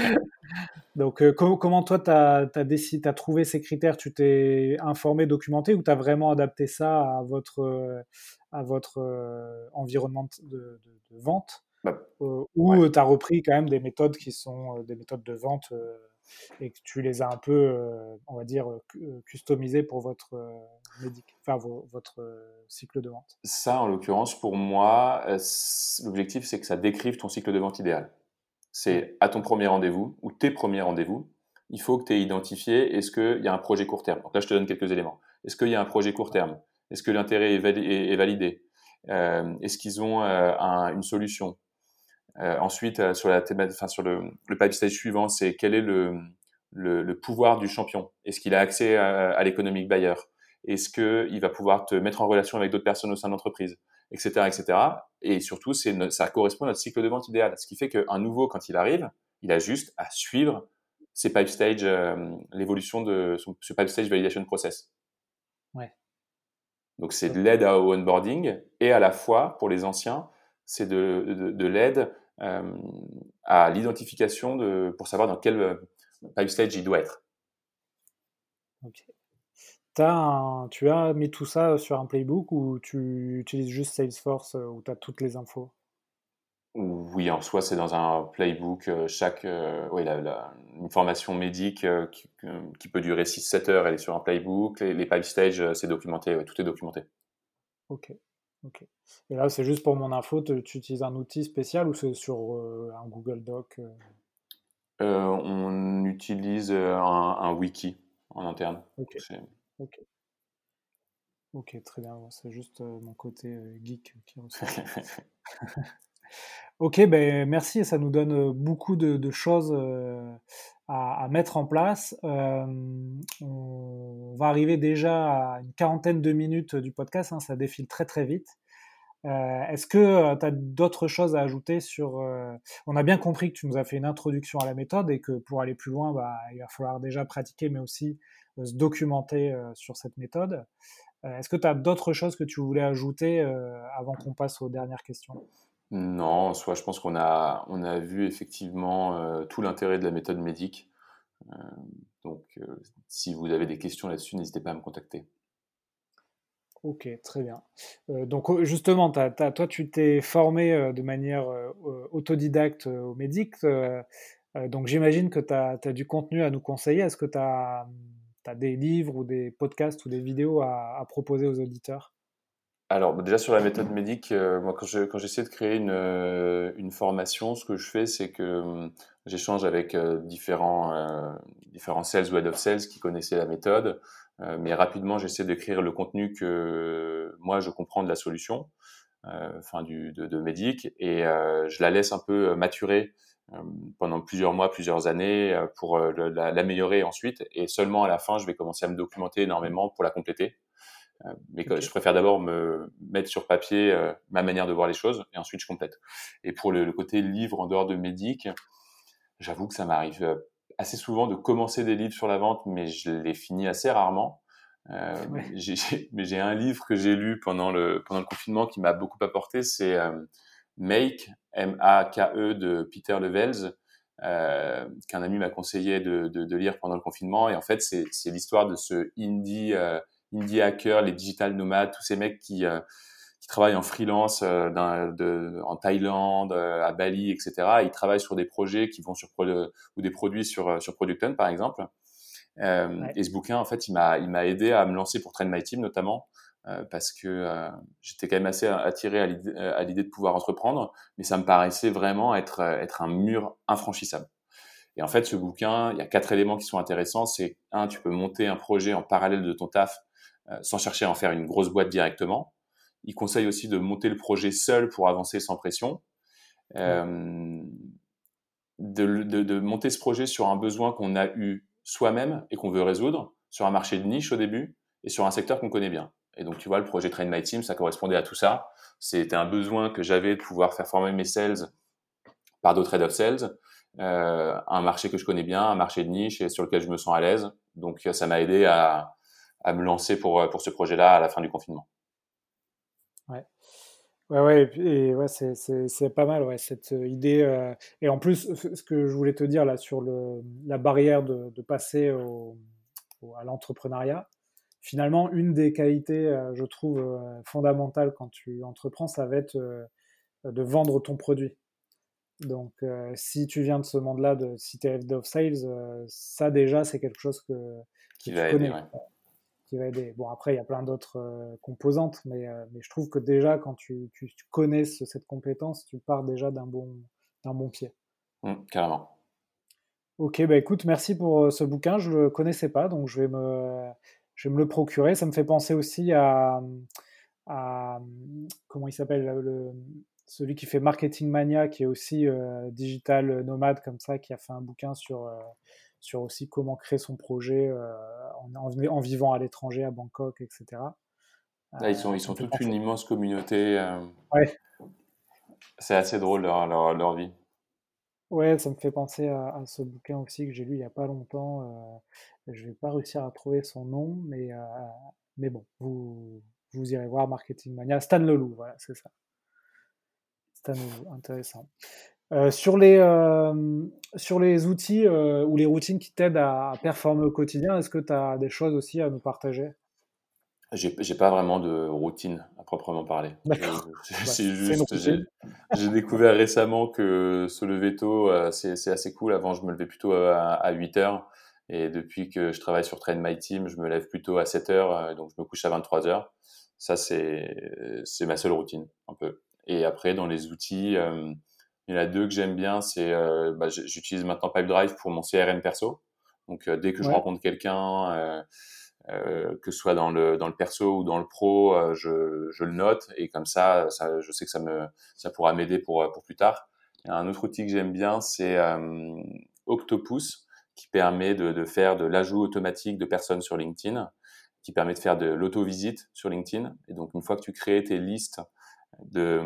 donc euh, com- comment toi tu as, décidé, t'as trouvé ces critères? Tu t'es informé, documenté, ou tu as vraiment adapté ça à votre, euh, à votre euh, environnement de, de- de vente? Bah, Euh, ouais. ou tu as repris quand même des méthodes qui sont euh, des méthodes de vente, euh, et que tu les as un peu, euh, on va dire, euh, cu- euh, customisées pour votre, euh, médic- enfin, vo- votre euh, cycle de vente. Ça, en l'occurrence, pour moi, euh, c- l'objectif, c'est que ça décrive ton cycle de vente idéal. Ouais, C'est à ton premier rendez-vous ou tes premiers rendez-vous, il faut que tu aies identifié est-ce qu'il y a un projet court terme. Donc là, je te donne quelques éléments. Est-ce qu'il y a un projet court terme? Est-ce que l'intérêt est, vali- est- est validé? Euh, est-ce qu'ils ont euh, un- une solution? Euh, ensuite, euh, sur la théma- enfin, sur le, le pipe stage suivant, c'est quel est le, le, le pouvoir du champion? Est-ce qu'il a accès à, à l'économic buyer? Est-ce qu'il va pouvoir te mettre en relation avec d'autres personnes au sein de l'entreprise? Etc., et cetera. Et surtout, c'est no- ça correspond à notre cycle de vente idéal. Ce qui fait qu'un nouveau, quand il arrive, il a juste à suivre ses pipe stage, euh, l'évolution de son, ce pipe stage validation process. ouais, Donc, c'est de top. l'aide au onboarding et à la fois, pour les anciens, c'est de, de, de l'aide euh, à l'identification de, pour savoir dans quel euh, pipe stage il doit être. Ok. T'as un- tu as mis tout ça sur un playbook ou tu utilises juste Salesforce euh, où tu as toutes les infos? Oui, en soi, c'est dans un playbook. euh, chaque, euh, oui, la, la- une formation médique euh, qui, que- qui peut durer six sept heures, elle est sur un playbook. Les, les pipe stages, euh, c'est documenté, ouais, tout est documenté. Ok, ok. Et là, c'est juste pour mon info, te- tu utilises un outil spécial ou c'est sur euh, un Google Doc? euh Euh, on utilise euh, un, un wiki en interne. Ok, C'est- ok, ok, très bien. Bon, c'est juste euh, mon côté euh, geek qui ressort. Ok, ben merci, ça nous donne euh, beaucoup de, de choses euh, à, à mettre en place. Euh, on va arriver déjà à une quarantaine de minutes du podcast, hein, ça défile très très vite. Euh, Est-ce que tu as d'autres choses à ajouter sur... euh, On a bien compris que tu nous as fait une introduction à la méthode et que pour aller plus loin, bah, il va falloir déjà pratiquer, mais aussi euh, se documenter euh, sur cette méthode. Euh, Est-ce que tu as d'autres choses que tu voulais ajouter euh, avant qu'on passe aux dernières questions? Non, en soi, je pense qu'on a, on a vu effectivement euh, tout l'intérêt de la méthode médique. Euh, donc, euh, si vous avez des questions là-dessus, n'hésitez pas à me contacter. Ok, très bien. Euh, donc oh, justement, t'as- t'as- toi, tu t'es formé euh, de manière euh, euh, autodidacte euh, au Médic. Euh, euh, donc j'imagine que tu as du contenu à nous conseiller. Est-ce que tu as, des livres ou des podcasts ou des vidéos à, à proposer aux auditeurs? Alors, bah, déjà sur la méthode médique, euh, moi quand je, quand j'essaie de créer une, euh, une formation, ce que je fais, c'est que hum, j'échange avec euh, différents, euh, différents sales ou head of sales qui connaissaient la méthode, euh, mais rapidement j'essaie d'écrire le contenu que moi je comprends de la solution, euh, enfin du, de, de médic, et euh, je la laisse un peu maturer euh, pendant plusieurs mois, plusieurs années euh, pour euh, le- la- l'améliorer ensuite, et seulement à la fin je vais commencer à me documenter énormément pour la compléter. Euh, mais que Ok, je préfère d'abord me mettre sur papier euh, ma manière de voir les choses et ensuite je complète. Et pour le, le côté livre en dehors de Médic, j'avoue que ça m'arrive euh, assez souvent de commencer des livres sur la vente, mais je les finis assez rarement. Euh, ouais, j'ai, j'ai- mais j'ai un livre que j'ai lu pendant le, pendant le confinement qui m'a beaucoup apporté, c'est euh, Make, M A K E de Peter Levels, euh, qu'un ami m'a conseillé de, de, de lire pendant le confinement. Et en fait, c'est, c'est l'histoire de ce indie, euh, indie hacker, les digital nomades, tous ces mecs qui, euh, qui travaillent en freelance euh, dans, de, en Thaïlande, euh, à Bali, et cetera. Ils travaillent sur des projets qui vont sur ou des produits sur euh, sur Product Hunt, par exemple. Euh, ouais, et ce bouquin, en fait, il m'a il m'a aidé à me lancer pour Train My Team notamment. Euh, parce que euh, j'étais quand même assez attiré à l'idée, à l'idée de pouvoir entreprendre, mais ça me paraissait vraiment être être un mur infranchissable. Et en fait, ce bouquin, il y a quatre éléments qui sont intéressants. C'est un, tu peux monter un projet en parallèle de ton taf euh, sans chercher à en faire une grosse boîte directement. Il conseille aussi de monter le projet seul pour avancer sans pression. ouais, Euh, de, de, de monter ce projet sur un besoin qu'on a eu soi-même et qu'on veut résoudre, sur un marché de niche au début et sur un secteur qu'on connaît bien. Et donc, tu vois, le projet Train My Team, ça correspondait à tout ça. C'était un besoin que j'avais de pouvoir faire former mes sales par d'autres head of sales, euh, un marché que je connais bien, un marché de niche et sur lequel je me sens à l'aise. Donc, ça m'a aidé à, à me lancer pour, pour ce projet-là à la fin du confinement. ouais. Ouais, ouais, et, puis- et ouais, c'est c'est- c'est pas mal, ouais, cette euh, idée. euh, et en plus, ce ce que je voulais te dire là sur le, la barrière de, de passer au, au- à l'entrepreneuriat, finalement, une des qualités, euh, je trouve, euh, fondamentales quand tu entreprends, ça va être euh, de vendre ton produit. Donc, euh, si tu viens de ce monde-là, de, si tu es head of sales, euh, ça déjà, c'est quelque chose que, que Qui tu va aider, connais, ouais. qui va aider. Bon, après, il y a plein d'autres euh, composantes, mais, euh, mais je trouve que déjà, quand tu, tu, tu connais ce- cette compétence, tu pars déjà d'un bon, d'un bon pied. Mmh, carrément. Ok, bah écoute, merci pour euh, ce bouquin. Je le connaissais pas, donc je vais me, je vais me le procurer. Ça me fait penser aussi à, à comment il s'appelle le, celui qui fait Marketing Mania, qui est aussi euh, digital nomade comme ça, qui a fait un bouquin sur, euh, sur aussi comment créer son projet euh, en, en, en vivant à l'étranger, à Bangkok, et cetera. Euh, Là, ils sont, ils ça sont me fait toute une penser. immense communauté. Euh, Ouais, c'est assez drôle leur, leur, leur vie. ouais, ça me fait penser à, à ce bouquin aussi que j'ai lu il y a pas longtemps. Euh, je vais pas réussir à trouver son nom, mais, euh, mais bon, vous, vous irez voir Marketing Mania. Stan Leloup, voilà, c'est ça. Stan Leloup, intéressant. Euh, sur les, euh, sur les outils euh, ou les routines qui t'aident à, à performer au quotidien, est-ce que tu as des choses aussi à nous partager? J'ai, j'ai pas vraiment de routine à proprement parler. Je, D'accord. Bah, c'est c'est une juste, j'ai, routine. j'ai découvert récemment que se lever tôt, euh, c'est, c'est assez cool. Avant, je me levais plutôt à, à huit heures. Et depuis que je travaille sur Train My Team, je me lève plutôt à sept heures. euh, Donc, je me couche à vingt-trois heures. Ça, c'est, c'est ma seule routine, un peu. Et après, dans les outils, euh, il y en a deux que j'aime bien. C'est, euh, bah, j- j'utilise maintenant Pipedrive pour mon C R M perso. Donc, euh, dès que je Ouais. rencontre quelqu'un, euh, euh, que ce soit dans le dans le perso ou dans le pro, euh, je, je le note et comme ça, ça, je sais que ça me ça pourra m'aider pour pour plus tard. Il y a un autre outil que j'aime bien, c'est euh, Octopus, qui permet de, de faire de l'ajout automatique de personnes sur LinkedIn, qui permet de faire de l'auto-visite sur LinkedIn. Et donc, une fois que tu crées tes listes de,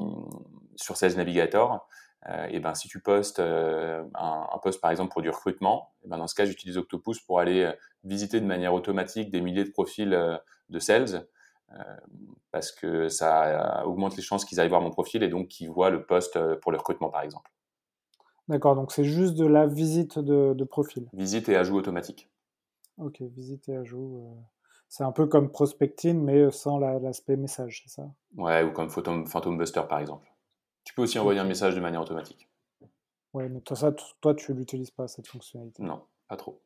sur Sales Navigator, euh, et ben si tu postes euh, un, un post par exemple pour du recrutement, et ben dans ce cas j'utilise Octopus pour aller euh, visiter de manière automatique des milliers de profils euh, de sales euh, parce que ça augmente les chances qu'ils aillent voir mon profil et donc qu'ils voient le post euh, pour le recrutement par exemple. D'accord, donc c'est juste de la visite de, de profil. Visite et ajout automatique. Ok, visite et ajout. euh, C'est un peu comme prospecting, mais sans la- l'aspect message, c'est ça? Ouais, ou comme Phantom, Phantom Buster par exemple. Tu peux aussi envoyer un Ok. message de manière automatique. Ouais, mais toi, ça, t- toi, tu l'utilises pas, cette fonctionnalité. Non, pas trop.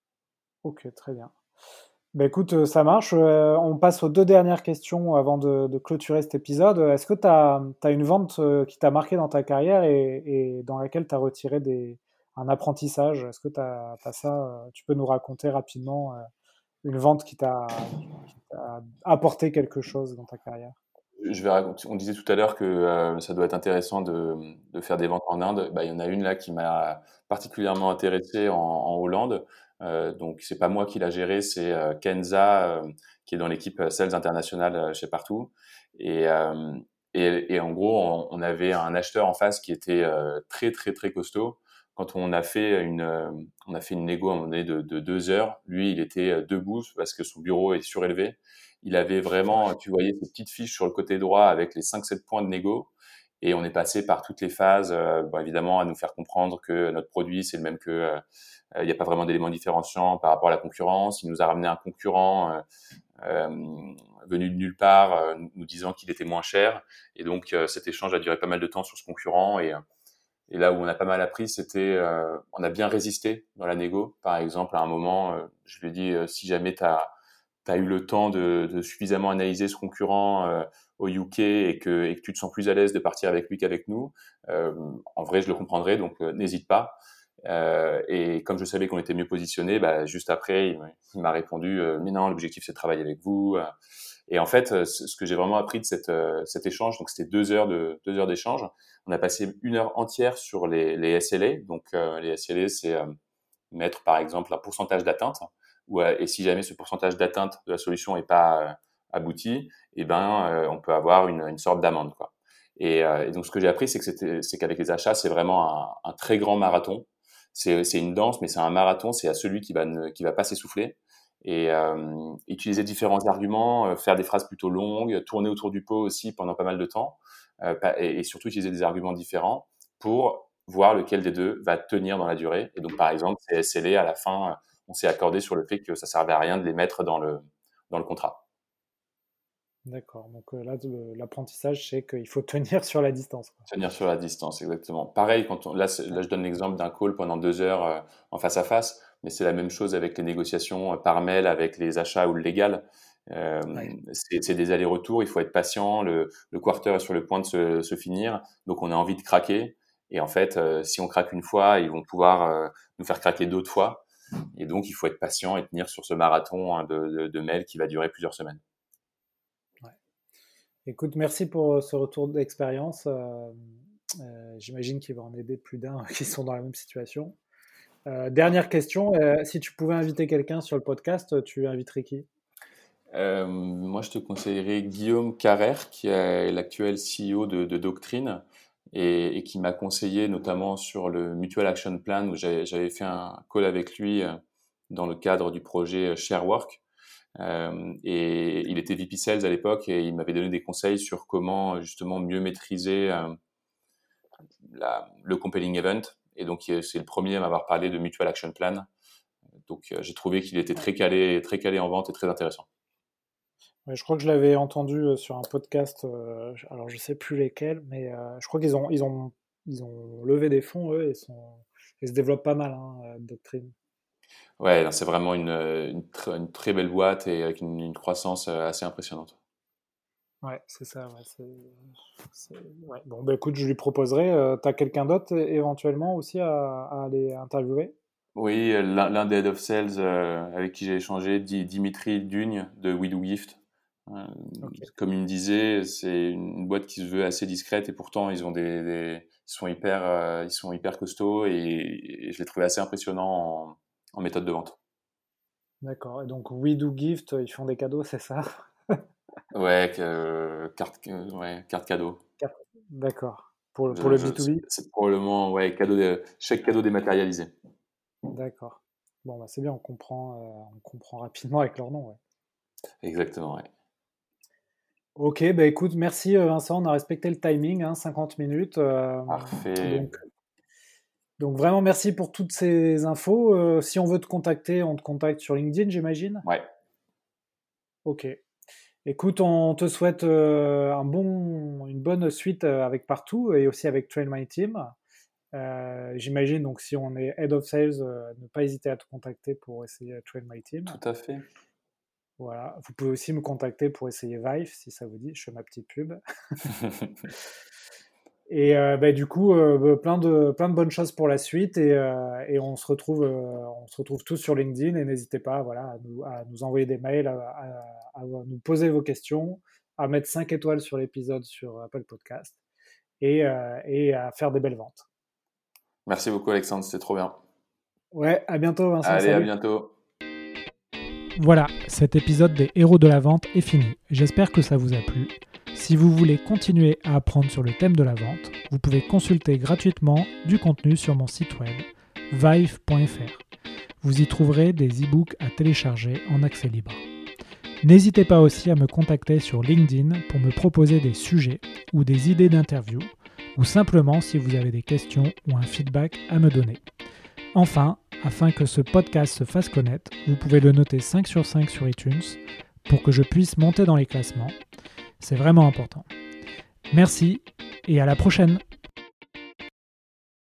Ok, très bien. Ben écoute, euh, ça marche. Euh, on passe aux deux dernières questions avant de, de clôturer cet épisode. Est-ce que tu as une vente euh, qui t'a marqué dans ta carrière et, et dans laquelle tu as retiré des, un apprentissage? Est-ce que tu as, ça? euh, Tu peux nous raconter rapidement euh, une vente qui t'a qui t'a apporté quelque chose dans ta carrière? Je vais raconter. On disait tout à l'heure que euh, ça doit être intéressant de, de faire des ventes en Inde. Bah, il y en a une là qui m'a particulièrement intéressé en, en Hollande. Euh, donc c'est pas moi qui l'a géré, c'est euh, Kenza euh, qui est dans l'équipe euh, Sales International euh, chez Partout. Et, euh, et, et en gros, on, on avait un acheteur en face qui était euh, très très très costaud. Quand on a fait une euh, on a fait une négo à un moment donné de, de deux heures, lui il était euh, debout parce que son bureau est surélevé. Il avait vraiment, tu voyais ces petites fiches sur le côté droit avec les cinq sept points de négo. Et on est passé par toutes les phases, euh, bon, évidemment, à nous faire comprendre que notre produit, c'est le même que, euh, il n'y a pas vraiment d'éléments différenciants par rapport à la concurrence. Il nous a ramené un concurrent euh, euh, venu de nulle part, euh, nous disant qu'il était moins cher. Et donc, euh, cet échange a duré pas mal de temps sur ce concurrent. Et, et là où on a pas mal appris, c'était, euh, on a bien résisté dans la négo. Par exemple, à un moment, euh, je lui ai dit, euh, si jamais tu as tu as eu le temps de, de suffisamment analyser ce concurrent euh, au U K et que, et que tu te sens plus à l'aise de partir avec lui qu'avec nous, euh, en vrai, je le comprendrais, donc euh, n'hésite pas. Euh, et comme je savais qu'on était mieux positionné, bah, juste après, il, m'a- il m'a répondu euh, mais non, l'objectif c'est de travailler avec vous. Et en fait, euh, ce ce que j'ai vraiment appris de cette, euh, cet échange, donc c'était deux heures de deux heures d'échange. On a passé une heure entière sur les, les S L A. Donc euh, les S L A, c'est euh, mettre par exemple un pourcentage d'atteinte, ou, euh, et si jamais ce pourcentage d'atteinte de la solution n'est pas euh, abouti, eh ben, euh, on peut avoir une, une sorte d'amende, quoi. Et, euh, et donc ce que j'ai appris, c'est que c'était, c'est qu'avec les achats, c'est vraiment un, un très grand marathon. C'est, c'est une danse, mais c'est un marathon. C'est à celui qui va ne, qui va pas s'essouffler. Et euh, utiliser différents arguments, euh, faire des phrases plutôt longues, tourner autour du pot aussi pendant pas mal de temps, euh, et, et surtout utiliser des arguments différents pour voir lequel des deux va tenir dans la durée. Et donc, par exemple, ces S L A, à la fin, on s'est accordé sur le fait que ça servait à rien de les mettre dans le, dans le contrat. D'accord. Donc euh, là, le- l'apprentissage, c'est qu'il faut tenir sur la distance, quoi. Tenir sur la distance, exactement. Pareil, quand on, là, c'est- là, je donne l'exemple d'un call pendant deux heures euh, en face à face, mais c'est la même chose avec les négociations euh, par mail, avec les achats ou le légal. Euh, Ouais. c'est c'est des allers-retours, il faut être patient, le, le quarter est sur le point de se, se finir, donc on a envie de craquer. Et en fait, euh, si on craque une fois, ils vont pouvoir euh, nous faire craquer d'autres fois. Et donc, il faut être patient et tenir sur ce marathon hein, de, de, de mails qui va durer plusieurs semaines. Ouais. Écoute, merci pour euh, ce retour d'expérience. Euh, euh, j'imagine qu'il va en aider plus d'un qui sont dans la même situation. Euh, dernière question, euh, si tu pouvais inviter quelqu'un sur le podcast, tu inviterais qui? Euh, moi, je te conseillerais Guillaume Carrère, qui est l'actuel C E O de, de Doctrine et, et qui m'a conseillé notamment sur le Mutual Action Plan où j'avais j'avais fait un call avec lui euh, dans le cadre du projet ShareWork. Euh, et il était V P Sales à l'époque et il m'avait donné des conseils sur comment justement mieux maîtriser euh, la, le compelling event. Et donc, c'est le premier à m'avoir parlé de Mutual Action Plan. Donc, euh, j'ai trouvé qu'il était Ouais. très calé, très calé en vente et très intéressant. Ouais, je crois que je l'avais entendu euh, sur un podcast, euh, alors je sais plus lesquels, mais euh, je crois qu'ils ont, ils ont, ils ont levé des fonds, eux, et sont, ils se développent pas mal, hein, euh, Doctrine. Ouais, non, c'est vraiment une, euh, une, tr- une très belle boîte et avec une, une croissance euh, assez impressionnante. Ouais, c'est ça. Ouais, c'est, c'est- ouais. Bon, bah écoute, je lui proposerai. Euh, t'as quelqu'un d'autre é- éventuellement aussi à, à aller interviewer? Oui, euh, l'un l'un des head of sales euh, avec qui j'ai échangé, Di- Dimitri Dugne de We Do Gift. Euh, Ok, Comme il me disait, c'est une boîte qui se veut assez discrète et pourtant ils ont des, des- ils sont hyper, euh, ils sont hyper costauds et, et je l'ai trouvé assez impressionnant en, en méthode de vente. d'accord. Et donc, We Do Gift, ils font des cadeaux, c'est ça? Ouais, que- euh, carte, euh, ouais, carte cadeau. Cap- D'accord. Pour, pour Je- le je- B deux B? c'est probablement ouais, cadeau de, chèque cadeau dématérialisé. D'accord. Bon, bah c'est bien, on comprend, euh, on comprend rapidement avec leur nom, ouais. Exactement, ouais. Ok, bah écoute, merci euh, Vincent, on a respecté le timing, hein, cinquante minutes. euh, Parfait. donc, donc vraiment merci pour toutes ces infos. Euh, si on veut te contacter, on te contacte sur LinkedIn, j'imagine? Ouais. Ok. Écoute, on te souhaite euh, un bon, une bonne suite euh, avec Partout et aussi avec Train My Team. Euh, j'imagine donc si on est Head of Sales, euh, ne pas hésiter à te contacter pour essayer Train My Team. Tout à fait. Voilà. Vous pouvez aussi me contacter pour essayer Vive si ça vous dit. Je fais ma petite pub. Et euh, bah, du coup, euh, plein de plein de bonnes choses pour la suite et, euh, et on se retrouve euh, on se retrouve tous sur LinkedIn et n'hésitez pas voilà à nous, à nous envoyer des mails, à, à- à nous poser vos questions, à mettre cinq étoiles sur l'épisode sur Apple Podcast et, euh, et à faire des belles ventes. Merci beaucoup, Alexandre, c'était trop bien. Ouais, à bientôt Vincent, Allez, à salut. bientôt. Voilà, cet épisode des Héros de la Vente est fini. J'espère que ça vous a plu. Si vous voulez continuer à apprendre sur le thème de la vente, vous pouvez consulter gratuitement du contenu sur mon site web vive point f r. Vous y trouverez des e-books à télécharger en accès libre. N'hésitez pas aussi à me contacter sur LinkedIn pour me proposer des sujets ou des idées d'interview, ou simplement si vous avez des questions ou un feedback à me donner. Enfin, afin que ce podcast se fasse connaître, vous pouvez le noter cinq sur cinq sur iTunes pour que je puisse monter dans les classements. C'est vraiment important. Merci et à la prochaine!